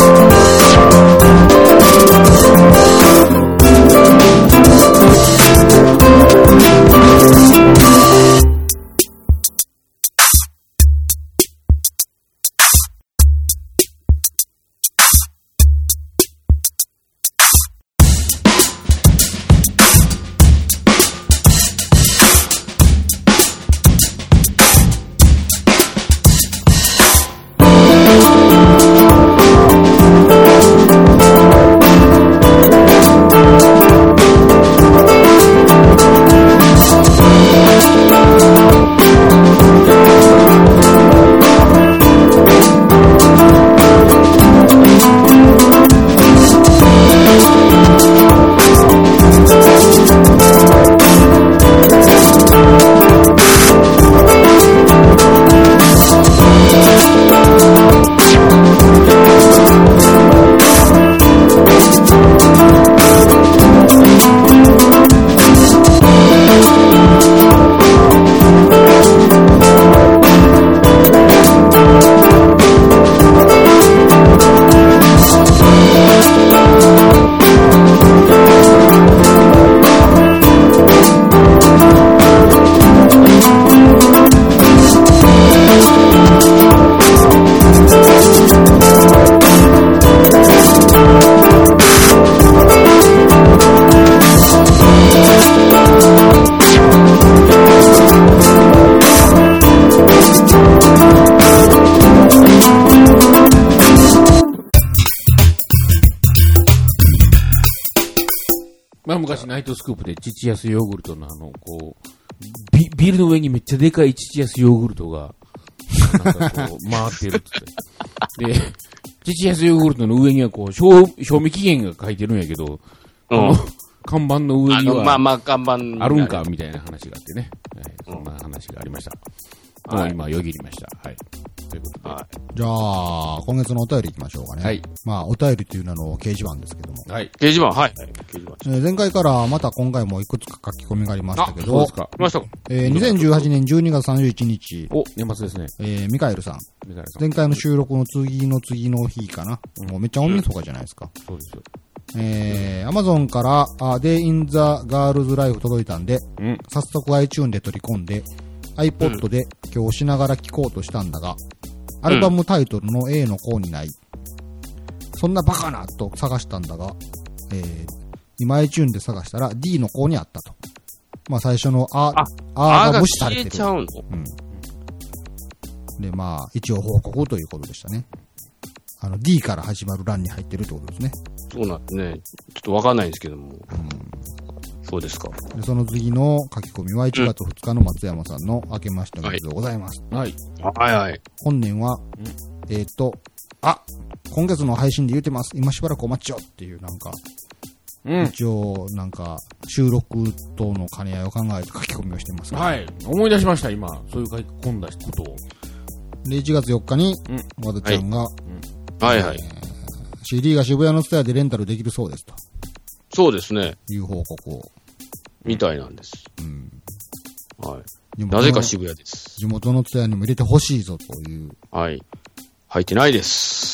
昔ナイトスクープでチチヤスヨーグルトのあの、こう、ビビールの上にめっちゃでかいチチヤスヨーグルトが、なんかこう、回ってるっつって。で、チチヤスヨーグルトの上にはこう、賞、賞味期限が書いてるんやけど、 うん。 看板の上には、 まあまあ看板あるんかみたいな話があってね。はい、そんな話がありました。うん、もう今、よぎりました。はい。ということで。はい、 じゃあ、今月のお便り行きましょうかね。はい。まあ、お便りという名の掲示板ですけども。 はい。掲示板、はい。掲示板。 えー、前回からまた今回もいくつか書き込みがありましたけど。そうですか。 来ました。 えー、にせんじゅうはちねんじゅうにがつさんじゅういちにち。 お、年末ですね。 えー、ミカエルさん。ミカエルさん。前回の収録の次の次の日かな。うん、もうめっちゃ大晦日じゃないですか。うん、そうですよ。えー、アマゾンから、あ、Day in the Girls Life 届いたんで、うん、早速 iTunes で取り込んで、iPod で今日しながら聴こうとしたんだが、うん、アルバムタイトルの A の項にない。そんなバカなと探したんだが、えー、今 iTunes で探したら D の項にあったと。まあ最初のあ、あ、あが無視されてる。 消えちゃうの？ うん。で、まあ一応報告ということでしたね。あの D から始まる欄に入ってるってことですね。 そうなんですね。ちょっとわかんないんですけども。うん、そうですか。 で、その次の書き込みはいちがつふつかの松山さんの明けましておめでとうございます。 はい。はいはい。 本年は、うん、えっ、ー、と、あ、今月の配信で言うてます。今しばらくお待ちよっていうなんか、うん、一応なんか収録との兼ね合いを考えて書き込みをしてます、ね。 はい。思い出しました今。そういう書き込んだことを。 で、いちがつよっかに、うん、和田ちゃんが、はいはいはい。 えー、シーディー が渋谷のスタアでレンタルできるそうですと。 そうですね。 いう報告を。 みたいなんです。うん。はい。 なぜか渋谷です。 地元のスタアにも入れてほしいぞという。 はい。入ってないです。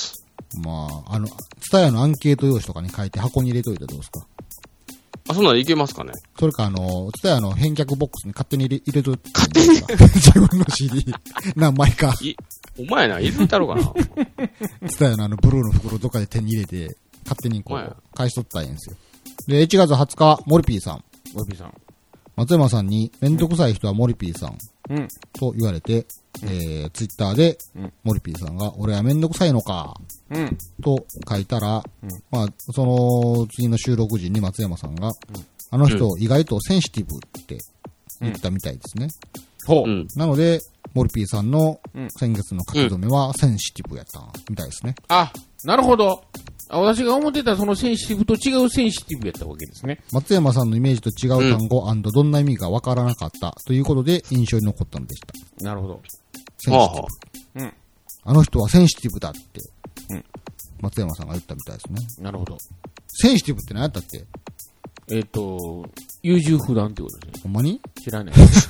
まあ、あの、スタアのアンケート用紙とかに書いて箱に入れといたらどうですか？ あ、そんなのいけますかね？ それか、あの、ツタヤの返却ボックスに勝手に入れ、入れといて。 勝手に自分の シーディー 何枚か。 い、お前な、入れたろかな。 ツタヤのあの、ブルーの袋どっかで手に入れて、勝手にこう、返しとったらいいんですよ。で、いちがつはつか、モリピーさん。 モリピーさん。 松山さんに、めんどくさい人はモリピーさん。うん。と言われて、うん、えー、ツイッターで、うん、モリピーさんが、俺はめんどくさいのか。うん。と書いたら、うん、まあ、その次の収録時に松山さんが、うん、あの人、意外とセンシティブって言ったみたいですね。ほう。うん、なので、モリピーさんの先月の書き留めはセンシティブやったみたいですね。 うん、あ、なるほど。私が思ってたそのセンシティブと違うセンシティブやったわけですね。 松山さんのイメージと違う単語、うん、どんな意味かわからなかったということで印象に残ったのでした。 なるほど。 センシティブ。うん。あの人はセンシティブだって、うん、松山さんが言ったみたいですね。 なるほど。 センシティブって何やったっけ？ えっ、ー、と、優柔不断ってことですね。 ほんまに？ 知らない。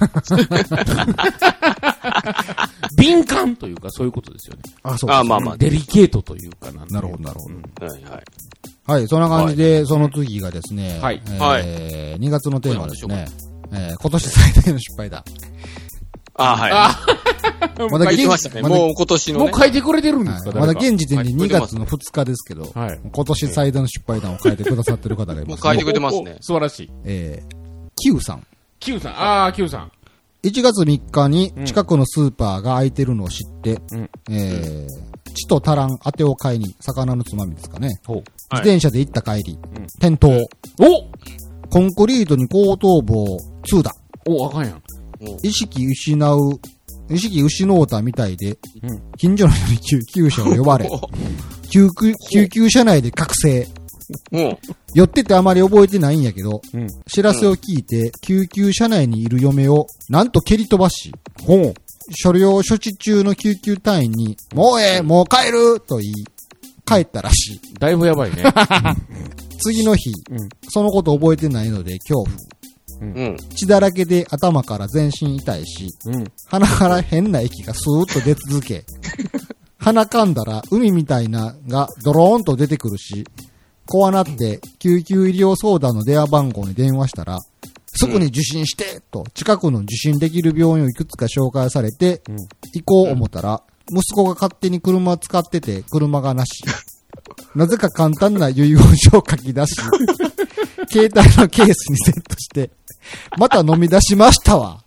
敏感というかそういうことですよね。 あ、そうですね。 あ、まあまあ。 デリケートというかなんなるほど、なるほど、 うん。はいはい。 はい、そんな感じで、はい、その次がですね、 はい。 えー、はい、にがつのテーマですね、えー、今年最大の失敗だ。 あ、はい。あまだ書いてましたね。もう今年の、ね。 もう書いてくれてるんですか、 はい、まだ現時点でにがつのふつかですけど、はい、今年最大の失敗談を書いてくださってる方がいます、ね。 もう書いてくれてますね。 素晴らしい。 えー、Q さん。 Q さん。あー、Q さん。 いちがつみっかに近くのスーパーが開いてるのを知って、うん、えー、血と足らん当てを買いに、魚のつまみですかね。自転車で行った帰り、うん、転倒。 おコンクリートに後頭部を痛打。 お、あかんやん。 意識失う、意識失うたみたいで、うん、近所の人に救急車を呼ばれ、救急、救急車内で覚醒。寄っててあまり覚えてないんやけど、うん、知らせを聞いて、救急車内にいる嫁をなんと蹴り飛ばし、ほう所領処置中の救急隊員に、もうええ、もう帰ると言い、帰ったらしい。 だいぶやばいね。 次の日、うん、そのこと覚えてないので恐怖。うん、血だらけで頭から全身痛いし、うん、鼻から変な息がスーッと出続け、鼻かんだら海みたいながドローンと出てくるし、怖なって救急医療相談の電話番号に電話したら、すぐに受診してと近くの受診できる病院をいくつか紹介されて、うん、行こう思ったら、息子が勝手に車使ってて車がなし。なぜか簡単な遺言書を書き出し、携帯のケースにセットして、また飲み出しましたわ。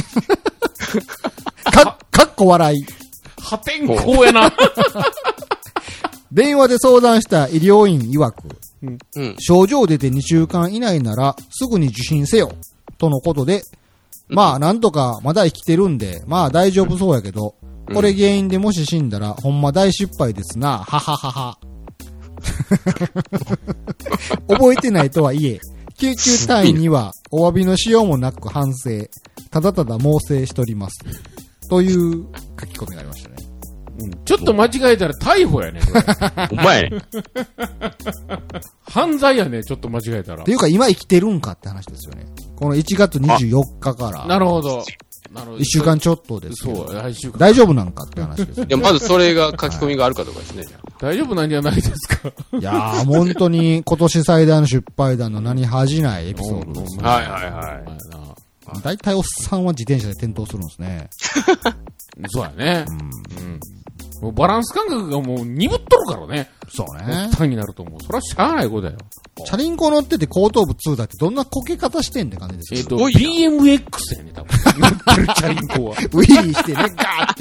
か、かっこ笑い。 破天荒やな。 電話で相談した医療院曰く、 うん。 症状出てにしゅうかん以内ならすぐに受診せよ。とのことで、まあなんとかまだ生きてるんで、まあ大丈夫そうやけど、これ原因でもし死んだらほんま大失敗ですな。はははは。覚えてないとはいえ、救急隊員にはお詫びのしようもなく反省。ただただ猛省しております。という書き込みがありましたね。 うん、ちょっと間違えたら逮捕やね。 お前ね。 犯罪やね、ちょっと間違えたら。 っていうか今生きてるんかって話ですよね。このいちがつにじゅうよっかから。 なるほど。なるほど。 いっしゅうかんちょっとですけど。 そう、来週間。 大丈夫なんかって話です、ね。 いや、まずそれが書き込みがあるかどうかですね。 大丈夫なんじゃないですか。 いやー、本当に今年最大の失敗談の何恥じないエピソードですね。 はいはいはい。 大体おっさんは自転車で転倒するんですね。 そうやね。 うん。 うんもうバランス感覚がもう鈍っとるからね。 そうね。 単になると思う。それはしゃあないことだよ。 チャリンコ乗ってて後頭部にだってどんなこけ方してんって感じですよ。 えっ、と、ビーエムエックス やね、多分。乗ってるチャリンコは。 ウィリーしてね、ガーって。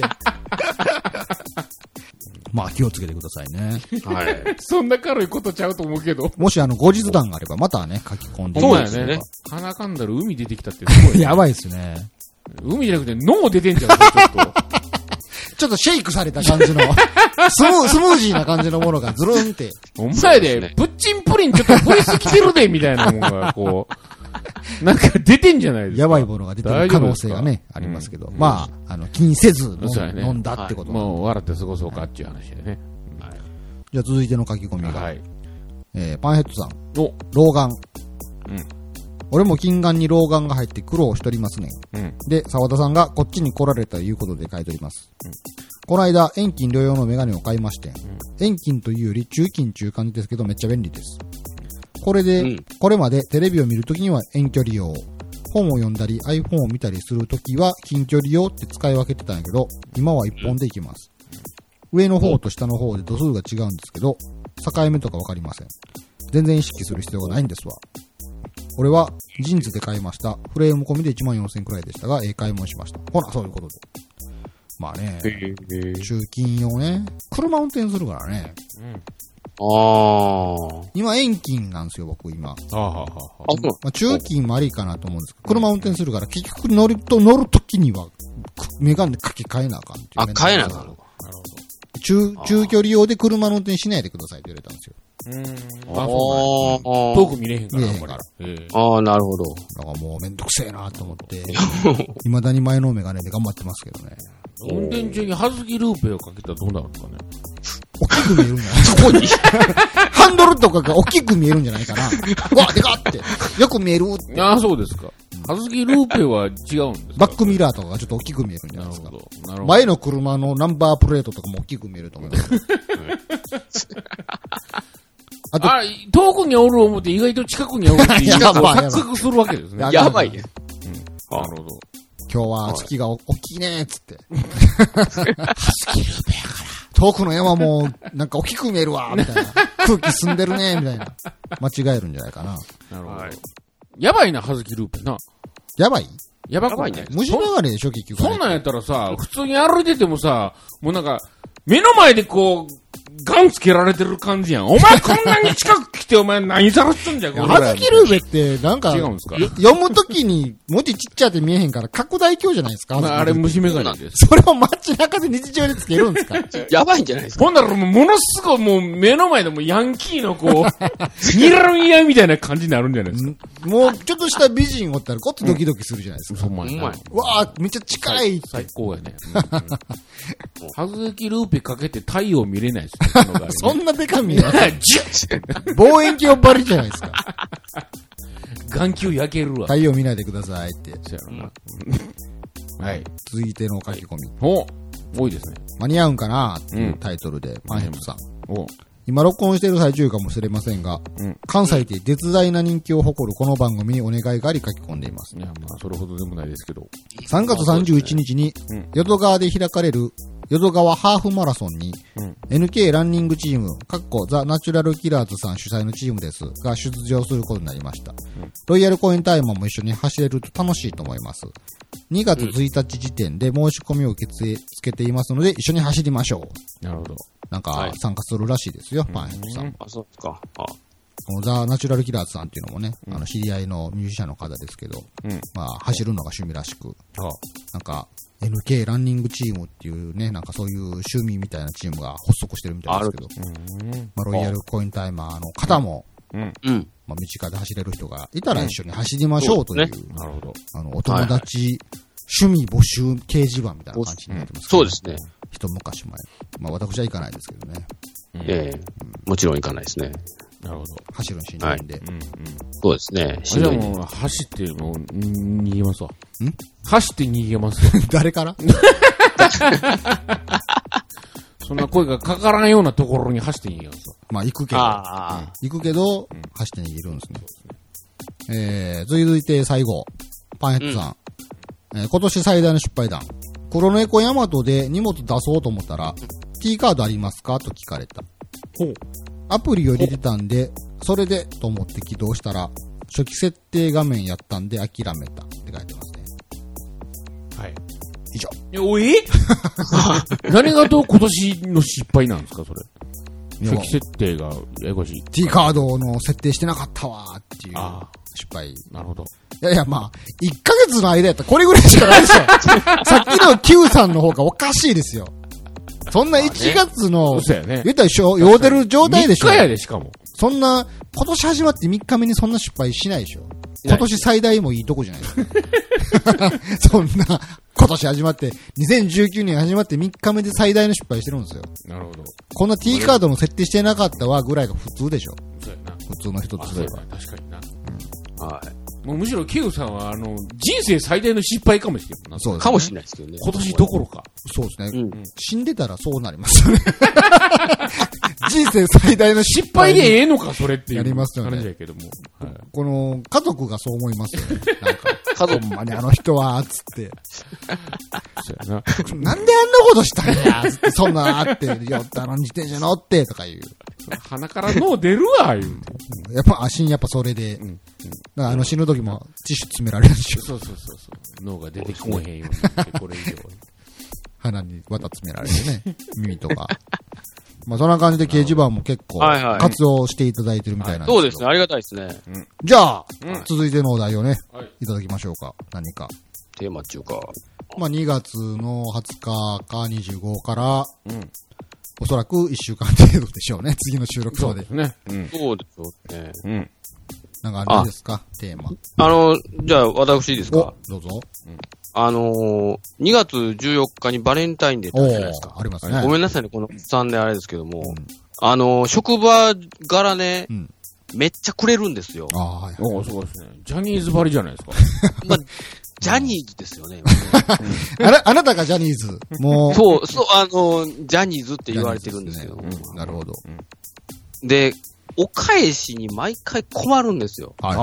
まあ気をつけてくださいね。 はい。 そんな軽いことちゃうと思うけど。 もしあの後日談があればまたね、書き込んで。 そうですね。 鼻かんだら海出てきたってすごい。 やばいですね。 海じゃなくて脳出てんじゃん、ちょっと。 ちょっとシェイクされた感じの、スムスムージーな感じのものがズルンって。 お前で、プッチンプリンちょっとボイス来てるで、みたいなもんが、こう、なんか出てんじゃないですか。 やばいものが出てる可能性がね、ありますけど。うん、まあ、あの、気にせず飲ん、ね、飲んだってこと、 はい、もう笑って過ごそうかっていう話でね。はい、 じゃあ続いての書き込みが、はい、えー、パンヘッドさん。 お老眼。 うん。 俺も近眼に老眼が入って苦労しておりますね。うん、で、沢田さんがこっちに来られたということで書いております。うん、この間、遠近両用のメガネを買いまして、うん、遠近というより中近中感じですけどめっちゃ便利です。これで、うん、これまでテレビを見るときには遠距離用、本を読んだり iPhone を見たりするときは近距離用って使い分けてたんやけど、今は一本でいきます。うん、上の方と下の方で度数が違うんですけど、境目とかわかりません。全然意識する必要がないんですわ。俺はジーンズで買いました。フレーム込みでいちまんよんせんくらいでしたが、ええ買い物しました。ほら、そういうことで。まあね、中近用ね、車運転するからね。うん、ああ。今、遠近なんですよ、僕、今。ああ、はあ、まあ、中近もありかなと思うんですけど、車運転するから、結局乗ると、乗るときには、メガネかけ替えなあかんっていう。 あ、変えなあかん。なるほど。 中、中距離用で車の運転しないでくださいって言われたんですよ。 うん。あ、そうなん遠く見れへんから。見れへんから。 ああ、なるほど。 だからもうめんどくせえなと思って、未だに前のメガネで頑張ってますけどね。 運転中にハズキルーペをかけたらどうなるんですかね。 大きく見えるんじゃないそこに。ハンドルとかが大きく見えるんじゃないかな。うわ、でかって。よく見えるって。 ああ、そうですか。ハズキルーペは違うんですか。 バックミラーとかがちょっと大きく見えるんじゃないですか。なるほど。なるほど。前の車のナンバープレートとかも大きく見えると思います。 あと、あ、遠くにおる思って意外と近くにおるっていう。錯覚するわけですね。 やばいね。 うん。なるほど。 今日は月が大きいねーっつって。ハスキルーペやから。遠くの山もなんか大きく見えるわみたいな。空気澄んでるねみたいな。間違えるんじゃないかな。 なるほど。やばいな、ハズキルーペな。 やばいやばくないね。 虫眼鏡でしょ、結局。 そんなんやったらさ、普通に歩いててもさ、もうなんか、目の前でこう、ガンつけられてる感じやん。お前こんなに近く来てお前何さらしてんじゃん、これ。 ハズキルーペってなんか、 違うんですか読むときに文字ちっちゃって見えへんから拡大鏡じゃないですか。 あれ虫眼鏡です。 それを街中で日常でつけるんですかやばいんじゃないですか。 ほんならもうものすごいもう目の前でもヤンキーのこう、ニラミヤみたいな感じになるんじゃないですか。 もうちょっとした美人おったらこっちドキドキするじゃないですか。 うん、うまい。 わあめっちゃ近いって。 最高やね。ハズキルーペかけて太陽見れないですね。 そんなでか見えない。望遠鏡ばりじゃないですか。 眼球焼けるわ。 太陽見ないでくださいって。そうやろな。 はい。 続いての書き込み。 お多いですね。 間に合うんかなっていうタイトルで、うん、パンヘッドさん。お今録音している最中かもしれませんが、うん、関西で絶大な人気を誇るこの番組にお願いがあり書き込んでいます。 いや、まあ、それほどでもないですけど。 さんがつさんじゅういちにちに、淀川で開かれる淀川ハーフマラソンに、うん、エヌケー ランニングチーム、かっこザ・ナチュラルキラーズさん主催のチームですが出場することになりました。うん、ロイヤルコインタイマーも一緒に走れると楽しいと思います。にがつついたち時点で申し込みを受け付けていますので一緒に走りましょう。 なるほど。 なんか参加するらしいですよ、はい、パンヘッドさん。 あ、そうですか。あこのザ・ナチュラルキラーズさんっていうのもね、うん、あの、知り合いのミュージシャンの方ですけど、うん、まあ、走るのが趣味らしく、ああなんか、エヌケー ランニングチームっていうね、なんかそういう趣味みたいなチームが発足してるみたいですけど、うんまあ、ロイヤルコインタイマーの方も、うんまあ、身近で走れる人がいたら一緒に走りましょうという、うん、なるほど。あの、お友達、趣味募集掲示板みたいな感じになってますけど、 ね、そうですね。 一昔前。まあ私は行かないですけどね。 ええうん、もちろん行かないですね。 なるほど。走るのしんどいんで。はいうんうん、 そうですね。 しんどい。もう走ってもう逃げますわ。ん走って逃げますわ。 誰からそんな声がかからんようなところに走って逃げますわ。 まあ行くけど。あ行くけど、うん、走って逃げるんですね。すねえー、続いて最後。パンヘッドさん。うんえー、今年最大の失敗談。黒猫ヤマトで荷物出そうと思ったら、T カードありますかと聞かれた。ほう。アプリを入れてたんで、それでと思って起動したら、初期設定画面やったんで諦めたって書いてますね。はい。以上。 え、おえ何がと今年の失敗なんですか、それ。初期設定がややこしい。 T カードの設定してなかったわーっていう失敗。 なるほど。 いやいや、まあ、いっかげつの間やったらこれぐらいしかないでしょ。さっきの Q さんの方がおかしいですよ。そんないちがつの、 まあね、 ね、言ったら酔うてる状態でしょ。 みっかやでしかも。 そんな、今年始まってみっかめにそんな失敗しないでしょ。今年最大もいいとこじゃないですか。そんな、今年始まって、にせんじゅうきゅうねん始まってみっかめで最大の失敗してるんですよ。 なるほど。 こんな T カードの設定してなかったわぐらいが普通でしょ。そうやな。普通の人とすれば。 確かにな。うん、はい。もうむしろ Q さんはあの人生最大の失敗かもしれない。 そうですね。かもしれないですけどね。 今年どころか。 そうですね。うん、死んでたらそうなりますよね。人生最大の失敗でええのかそれっていう。 やりますよね。 感じやけども。 はい、この家族がそう思いますよね。なんか家族ほんまにあの人はつって。そうやな。なんであんなことしたんやつってそんなあってよってあの自転車乗ってとか言う。 鼻から脳出るわ言うて。やっぱ足にやっぱそれで。うんうん、だからあの死ぬ時もティッシュ詰められるでしょ。 そうそうそうそう。脳が出てこへんようにしてこれ以上。 鼻に綿詰められてね。耳とか。まあそんな感じで掲示板も結構活用していただいてるみたいなんですけど、はいはい、 そうですね。ありがたいですね。 うん、じゃあ、うん、続いてのお題をね、はい、いただきましょうか。何か。 テーマっていうか。 まあにがつのはつかかにじゅうごから、うん、おそらくいっしゅうかん程度でしょうね。次の収録まで。 そうですね。うん、そうでしょうね。うん。 なんかあれですかテーマ。 あの、じゃあ私いいですかどうぞ。うんあのー、にがつじゅうよっかにバレンタインデーってあるじゃないですか。 ありますね。 ごめんなさいね、このさんであれですけども。うん、あのー、職場柄ね、うん、めっちゃくれるんですよ。 ああ、はい。おそうですね。ジャニーズばりじゃないですか。 まあ、ジャニーズですよね。 あら、あなたがジャニーズ。もう。 そう、そう、あのー、ジャニーズって言われてるんですよ。 ねうん、なるほど。 で、お返しに毎回困るんですよ。はい。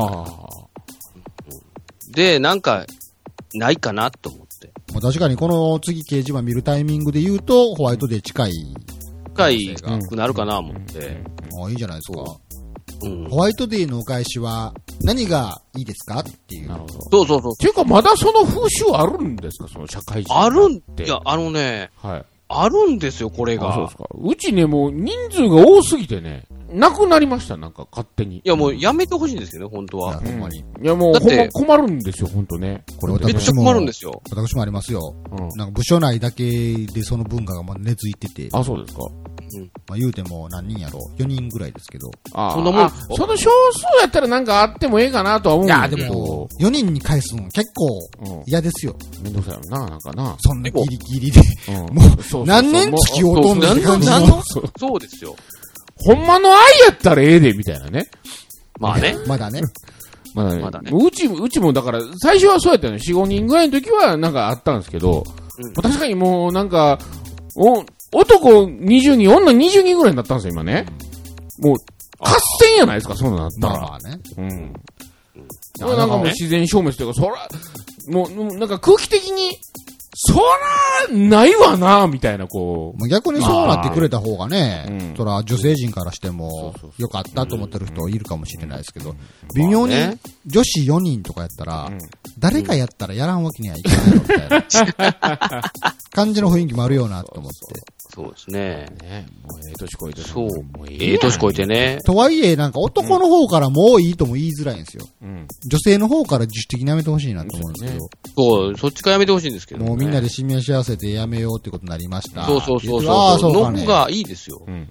で、なんか、ないかなと思って。 まあ、確かにこの次掲示板見るタイミングで言うと、ホワイトデー近い。 近いくなるかなと思って。 ああ、いいじゃないですか。うん、ホワイトデーのお返しは何がいいですかっていう。なるほど。 そうそうそう。 っていうかまだその風習あるんですかその社会人。 あるんいや、あのね。はい。あるんですよ、これが。 そうですか。うちね、もう人数が多すぎてね、なくなりました、なんか勝手に。いや、もうやめてほしいんですけどね、本当は。 いや、ほんまに。 いや、もうほんま困るんですよ、本当ね。 これめっちゃ困るんですよ。 私もありますよ。うん、なんか部署内だけでその文化がまだ根付いてて。 あ、そうですか。 うん。まあ言うても何人やろう ?よ 人ぐらいですけど。 ああ。そんなもん。その少数やったらなんかあってもええかなとは思うんだけど。いや、でも、 よにんに返すの結構嫌ですよ。 めんどくさいよな、なんかな。 そんなギリギリで。うん、もう、何年付き合うとんねんって感じの。 そうですよ。 ほんまの愛やったらええで、みたいなね。 まあね。 まだね。 まだね。まだね。うち、うちもだから、最初はそうやったのよ。よん、ごにんぐらいの時はなんかあったんですけど、うん、確かにもうなんか、お、男にじゅうにん、女にじゅうにんぐらいになったんですよ、今ね。もう、合戦やないですか、そうなったら。まあね。うん。それなんかもう自然消滅というか、そら、もう、なんか空気的に、 そら、ないわな、みたいな、こう。 まあ逆にそうなってくれた方がね、 うんそら女性陣からしてもそうそうそう良かったと思ってる人いるかもしれないですけど、微妙に女子よにんとかやったら、 うん誰かやったらやらんわけにはいかないのみたいな感じの雰囲気もあるよなと思って。 そうですね。 ね、もうええ年こいてそうもうえええ年こいてね。 とはいえ、なんか男の方からもういいとも言いづらいんですよ。 うん。 女性の方から自主的にやめてほしいなと思うんですけど、 そう、そっちからやめてほしいんですけど、ね。 もうみんなで示し合わせてやめようってことになりました。 そうそうそうそう。 ああ、そうかね。 の方がいいですよ。 うん。うん。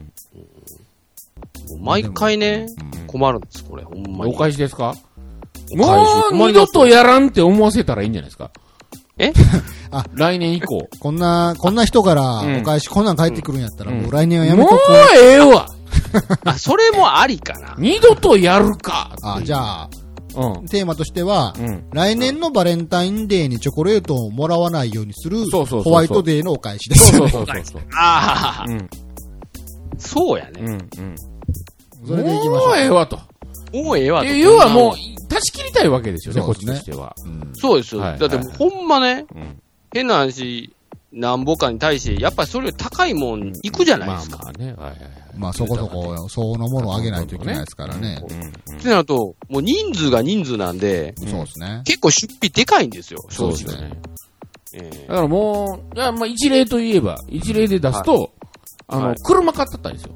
毎回ね、 うん困るんです、これ。ほんまに。 お返しですかおも返しう二度とやらんって思わせたらいいんじゃないですか。 えあ来年以降。 こんな、こんな人からうんお返し、こんなん返ってくるんやったら、 うんもう来年はやめもうとこう。 ええわあ、それもありかな。 二度とやるかあ、じゃあ、 うん。 テーマとしては、 うん。 来年のバレンタインデーにチョコレートをもらわないようにする、 そうそうそうそうホワイトデーのお返しですよね。 そうそうそうそう。 ああ、 うん。 そうやね。 うん。うん。 それでいきましょうもうええわと。 もうええわと。 って要はもう、断ち切りたいわけですよね、こっちそうですねとしては。 うんそうですよ。 はいだってもうほんまね、 うん。 変な話、なんぼかに対して、やっぱりそれより高いもん行くじゃないですか。 まあまあね。はいはいはい。 まあそこそこ、相のものをあげないといけないですからね。 うん。 ってなると、もう人数が人数なんで、 うんそうですね。 結構出費でかいんですよ、正直。 そうですね。 ええだからもう、いや、まあ一例といえば、一例で出すと、あの、 はい車買ったったんですよ。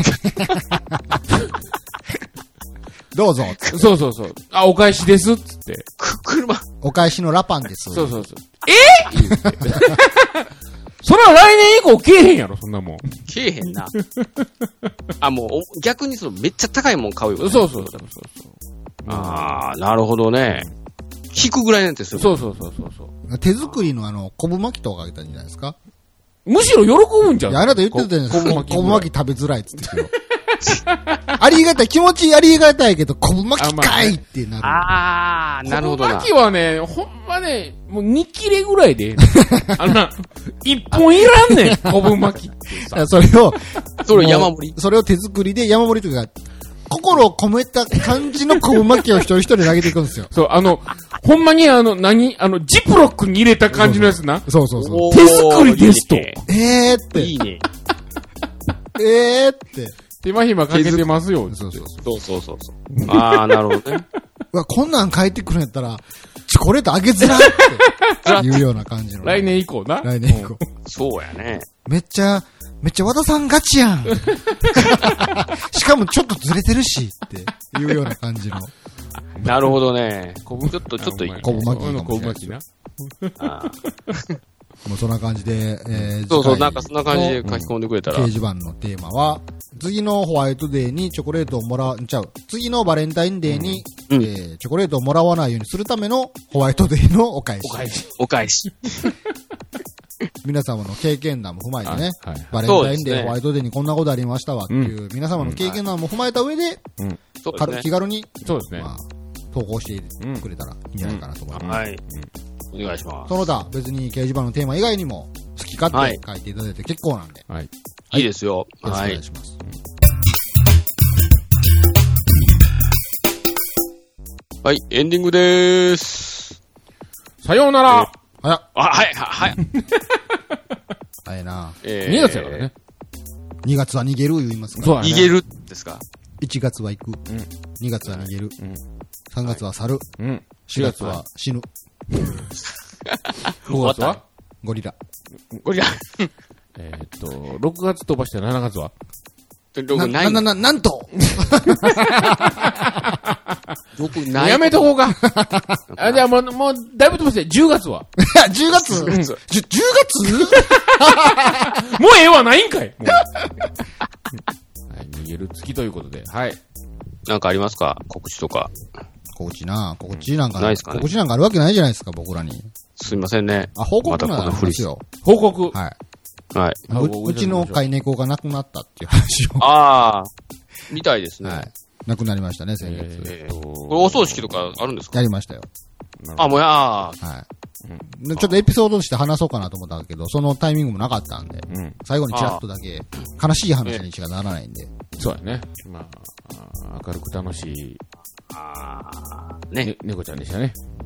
どうぞ。 そうそうそう。あ、お返しです、つって。 く、車、 お返しのラパンです。 そうそうそう。えー、言ってそれは来年以降けえへんやろ、そんなもん。 けえへんな。あ、もう、お逆にその、めっちゃ高いもん買うよ、ね。 そうそうそうそう。 ああ、なるほどね。引くぐらいなんてする。 そうそうそうそうそう。 手作りのあの、昆布巻きとかあげたんじゃないですか。 むしろ喜ぶんじゃん。 いや、あなた言ってたじゃないですか。 昆布巻き昆布巻き食べづらいっつってよ。ありがたい、気持ちありがたいけど、昆布巻きかいってなる。 ああ、なるほどな。 昆布巻きはね、ほんまね、もうに切れぐらいで、あのな、一本いらんねん、昆布巻きってさ。 だからそれを、 それ山盛り。 それを手作りで山盛りというか、心を込めた感じの昆布巻きを一人一人投げていくんですよ。 そう、あの、ほんまにあの、何あの、ジップロックに入れた感じのやつな。 そうそうそう。 おー手作りですといいねえーって。 いいね。 えーって。 手間暇かけてますよ。 そうそうそう。 そうそうそうそう。ああ、なるほどね。 うわ、こんなん帰ってくるんやったら、チョコレートあげづらっていうような感じの。 来年以降な。 来年以降。 そうやね。 めっちゃ、めっちゃ和田さんガチやん。しかもちょっとずれてるしっていうような感じの。 なるほどね。 昆布ちょっと、ちょっといい。 昆布巻きうん昆布巻きな。 あーもうそんな感じで、えー、 そうそう、 次回なんかそんな感じで書き込んでくれたら。 掲示板のテーマは、次のホワイトデーにチョコレートをもらう、ちゃう、次のバレンタインデーに、 うんえーチョコレートをもらわないようにするためのホワイトデーのお返し。 お返し。 お返し。 皆様の経験談も踏まえてね、 はいはいバレンタインデー、 そうですねホワイトデーにこんなことありましたわっていう、皆様の経験談も踏まえた上で、軽そうですね気軽に、 そうですね。 まあ、投稿してくれたらいいんじゃないかなと思います。 はい。お願いします。 その他、別に掲示板のテーマ以外にも、好き勝手書いていただいて結構なんで、 はい。 いいですよ。 よろしくおはい。 願いします。 はい、エンディングでーす。 さようなら。 早っ、 あ、はい、はい。 早いな。 えーにがつやからね。 にがつは逃げる言いますから。 そうだね。 逃げるですか？ いちがつは行く。にがつは逃げる。 うん。 さんがつは去る。 うん。 しがつは死ぬ。 ごがつはゴリラ。 これが、 えーっと、ろくがつ飛ばしてしがつはな、 僕ない。 な、な、な、なんと僕ない。 やめとこうか。あ、じゃあもう、もう、だいぶ飛ばして、じゅうがつはじゅうがつうんじゅ、じゅうもうええわないんかいもうはい、逃げる月ということで、はい。 なんかありますか？告知とか。 告知な、告知なんか、 ないっすかね告知なんかあるわけないじゃないですか、僕らに。 すいませんね。 あ、報告またならあこのふりりますよ。 報告。 はい。 はい。 あううちの飼い猫が亡くなったっていう話を。 ああ、みたいですね。 はい。亡くなりましたね、先月。 えーこれお葬式とかあるんですか？ やりましたよ。 あ、もうやー。 はい。でちょっとエピソードとして話そうかなと思ったんだけど、そのタイミングもなかったんで、 うん。 最後にチラッとだけ、悲しい話にしかならないんで。 そうやね。まあ、あー明るく楽しい、 あーねね、猫ちゃんでしたね。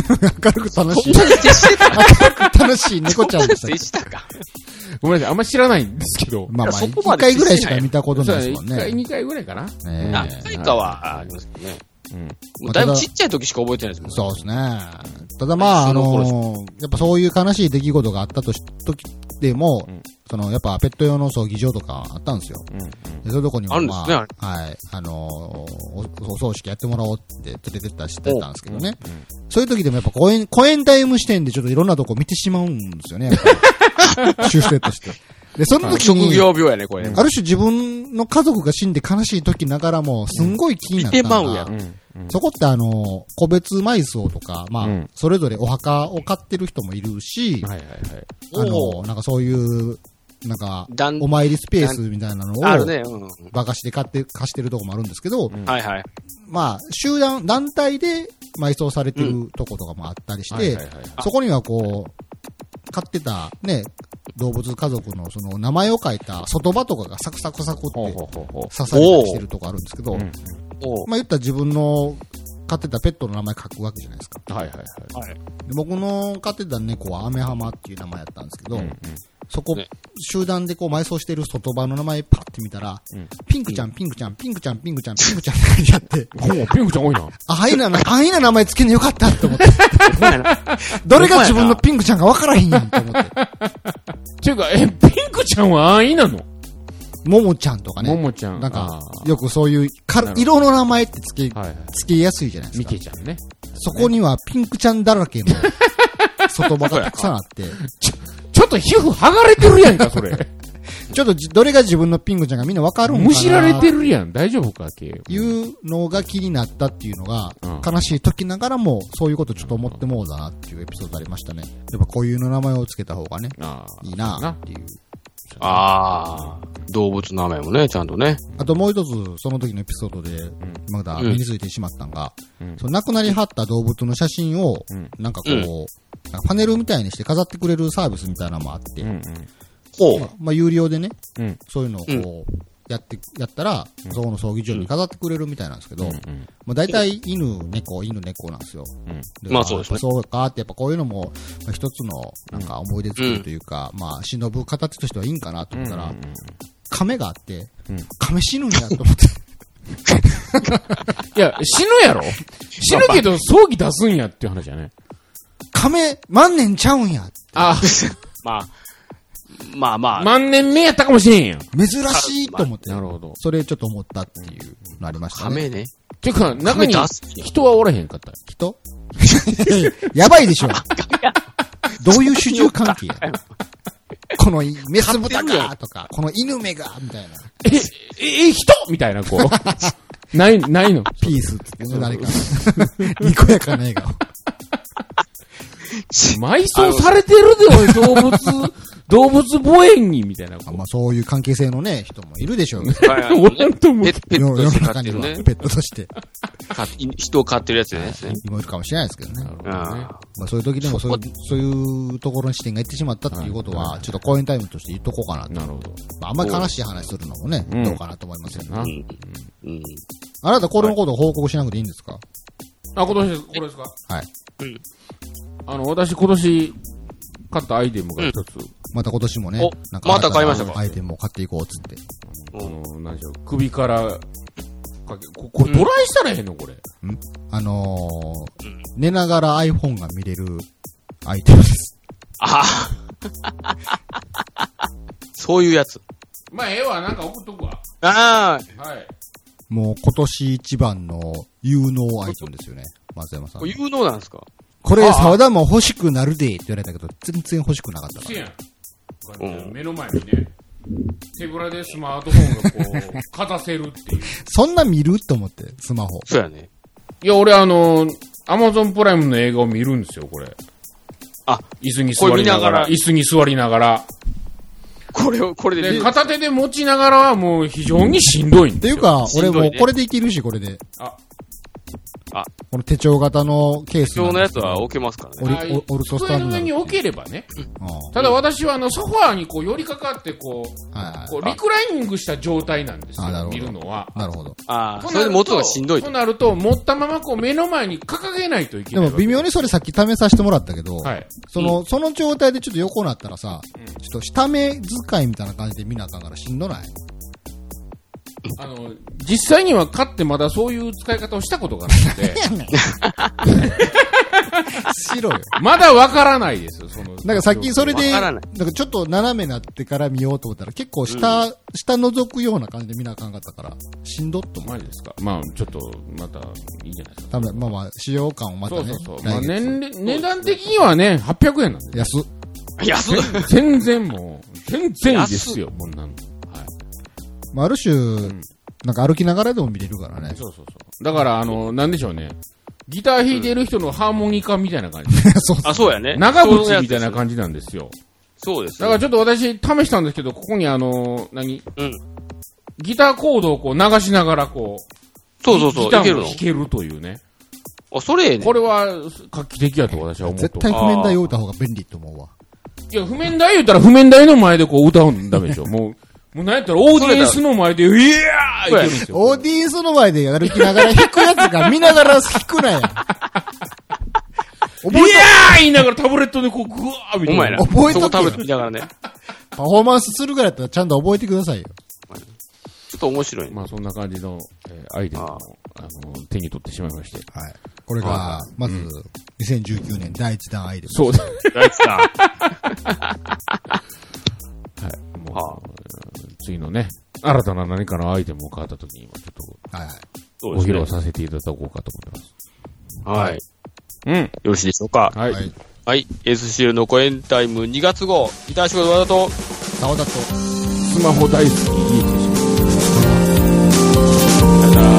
明るく楽しい。 そんなに接してた明るく楽しい猫ちゃんでした接したか。 ごめんなさい、あんま知らないんですけど。 まあまあ、 そこ一まで回ぐらいしか見たことないですもん一回、 ね。 二回ぐらいかな。 ね何回かはありますけどね。 うん。 もうだいぶちっちゃい時しか覚えてないですもんね。 そうですね。ただまあ、あのー、やっぱそういう悲しい出来事があったとし、時でも、 うんその、やっぱペット用の葬儀場とかあったんですよ。 うん。 でそういうとこにもあるんでますねああ、はい、あのーお、お葬式やってもらおうって連れてったりしてたんですけどね。そういう時でもやっぱコエン、コエンタイム視点でちょっといろんなとこ見てしまうんですよね、やっぱり。修正として。で、その時に、 職業病やね、これ。 ある種自分の家族が死んで悲しい時ながらも、すんごい気になった見てまのが、 うやん。 うん。 そこってあの、個別埋葬とか、まあ、 うんそれぞれお墓を買ってる人もいるし、 はいはいはい。 あおの、なんかそういう、なんか、 だんお参りスペースみたいなのを、 あるね。うん。 バカして買って、貸してるとこもあるんですけど、 んはいはい。 まあ、集団、団体で埋葬されてるとことかもあったりしてはいはいはい、 そこにはこう、飼ってたね、動物家族のその名前を書いた外場とかがサクサクサクってほうほうほうほ刺されたりしてるとこあるんですけど、 う。うん。 おうまあ言ったら自分の飼ってたペットの名前書くわけじゃないですか。 はいはいはい。 はい。 で僕の飼ってた猫はアメハマっていう名前やったんですけど、 うんうんそこ、 ね集団でこう埋葬してる外場の名前パッて見たら、 うんピンクちゃん、ピンクちゃん、ピンクちゃん、ピンクちゃん、ピンクちゃんって書いてあって、 ほう、ピンクちゃん多いな。 あ、あいな、あいな名前つけんのよかったって思って。 ほんまやなどれが自分のピンクちゃんかわからへんやんって思って。 ていうか、え、ピンクちゃんは安易なのももちゃんとかね。 ももちゃん。 なんかあ、ーよくそういうかなるほど色の名前ってつけ、 はいはい。 つけやすいじゃないですミか。 ケちゃんね。 そこにはピンクちゃんだらけの外場がたくさんあって、 ちょっと皮膚剥がれてるやんか、それ。 ちょっとじどれが自分のピンクちゃんかみんなわかるんかなむしられてるやん。大丈夫か、ケイ。 いうのが気になったっていうのが、 うん悲しい時ながらも、そういうことちょっと思ってもうだなっていうエピソードありましたね。やっぱこういうの名前をつけた方がね、 ああ。 いいなっていう。 ああ。動物の名前もね、ちゃんとね。 あともう一つ、その時のエピソードで、まだ目についてしまったのが、 うんその亡くなりはった動物の写真を、 うんなんかこう、 うんなんかパネルみたいにして飾ってくれるサービスみたいなのもあって、 うんうん。 ほまあ、まあ有料でね、 うん。 そういうのをこう、やって、やったら、そこの葬儀場に飾ってくれるみたいなんですけど、 うんうん。 まあ大体犬、猫、犬、猫なんですよ。 うん。 まあそうですねやっぱそうかって、やっぱこういうのも、まあ、一つの、なんか思い出作りというか、まあ、忍ぶ形としてはいいんかなと思ったら、亀があって、 うん亀死ぬんやと思って。 いや、死ぬやろ死ぬけど葬儀出すんやっていう話やね。 亀、万年ちゃうんや。 あまあ。まあまあ。 万年目やったかもしれんやん。 珍しいと思って。 なるほど。 それちょっと思ったっていうのありましたね。 亀ね。 てか、中に亀出す人はおらへんかった。 人やばいでしょ。どういう主従関係や。このメス豚がとか、この犬目がみたいな。 え、え、え、人みたいな、こう。ない、ないの。 ピースって言ってね、誰か。にこやかな笑顔。 埋葬されてるで、おい、動物、動物母園に、みたいな。 あまあそういう関係性のね、人もいるでしょう。 はいはいおらんと思うペペッ世のトとして飼中にはってるね。 ペットとして。 か人を飼ってるやつですね。 いるかもしれないですけどね。 あまあそういう時でもそういう、そういうところに視点が行ってしまったっていうことは、ちょっと公演タイムとして言っとこうかなと。 なるほど。 まあ、あんまり悲しい話するのもね、 うんどうかなと思いますよね。 な。 あ。うん。うん。 あなたこれのことを報告しなくていいんですか？ あ、今年です、これですかはい。 あの、私今年買ったアイテムが一つ、 また今年もねお、 なんかまた買いましたかアイテムを買っていこうっつって。 あの、なんでしょう、首からかけ、ここれトライしたらへんのこれ。 あのー、寝ながら iPhone が見れるアイテムです。 ああ。そういうやつ。 まあ、ええわ、なんか送っとくわ。 ああ。 はい。 もう今年一番の有能アイテムですよね。松山さんこ。れ有能なんですか？ これ沢田も欲しくなるでって言われたけど、全然欲しくなかったから。 せやん。 うん目の前にね、手ぶらでスマートフォンがこう、かざせるっていう。 そんな見ると思って、スマホ。 そうやね。 いや、俺あの、アマゾンプライムの映画を見るんですよ、これ。 あ、 椅子に座りながら、 これ見椅子に座りながら。 これを、これで見で、 る。 片手で持ちながらはもう非常にしんどいんですよ。 っていうか、俺しんどいねもうこれでいけるし、これで。 あ、 あ、 この手帳型のケース今日のやつなんですけど。 は置けますからオね。 リオオルトスタ机ンドの上に置ければね。 うんただ私はあのソファーにこう寄りかかってこう、 はいはいこうリクライニングした状態なんですよ、 あなるほど見るのは。 なるほど。 ああ、 となるとそれで持つのがしんどいと。 となると、持ったままこう目の前に掲げないといけない。 でも微妙にそれさっき試させてもらったけど、 はい。 その、その状態でちょっと横になったらさ、 うんちょっと下目使いみたいな感じで見なあかんからしんどないあの、実際には買ってまだそういう使い方をしたことがないので、 白よ。 まだわからないですよ、その。 なんかさっきそれで、 わなんからないかちょっと斜めになってから見ようと思ったら結構下、下覗くような感じで見なあかんかったから、しんどっと思う。 マジですか。まあ、ちょっと、また、いいじゃないですか。 多分、まあまあ、使用感をまたね。 そうそうそう。まあ、 来月年齢、値段的にはね、はっぴゃくえんなんで。 安っ。 安っ。 全然もう、全然いいですよ、こんなの。はい。 まあ、ある種、 んなんか歩きながらでも見れるからね。 そうそうそう。だから、あの、なんでしょうね。ギター弾いてる人のハーモニカみたいな感じ。 そうあ、そうやね。 長渕みたいな感じなんですよ。 そうです。 だからちょっと私試したんですけど、ここにあの、何うん。 ギターコードをこう流しながらこう、 そうそうそう。 ギターいけるのも弾けるというね。 あ、それええね。 これは画期的やと私は思って絶対譜面台を打った方が便利と思うわ。 いや、譜面台言ったら譜面台の前でこう歌うんダメでしょ。もう、もうなんやったらオーディエンスの前で、いやーいけるんですよ。 オーディエンスの前で歩きながら弾くやつが見ながら弾くなや。 いやー言いながらタブレットでこう、ぐわーみたいな。 お前な。 覚えとけよそこ食べてみながらね。 パフォーマンスするぐらいだったらちゃんと覚えてくださいよ。 ちょっと面白いね。 まあそんな感じの、えーアイテムをああの手に取ってしまいまして。 はい。これが、まず、にせんじゅうきゅうねんだいいちだんアイテム。 そうだ。 大地さん。 はい。もう、 はあ次のね、新たな何かのアイテムを買った時にはちょっはいはい。 とご披露させていただこうかと思ってます。 はい。 うん。 よろしいでしょうか。 はい。 はい。 はい。エースシーエルのコエンタイムにがつ号。ギター仕事和田と、 竿だと、 スマホ大好き、いい手紙。 ただ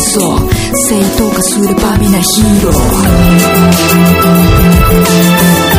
正当化すればみんなヒーロー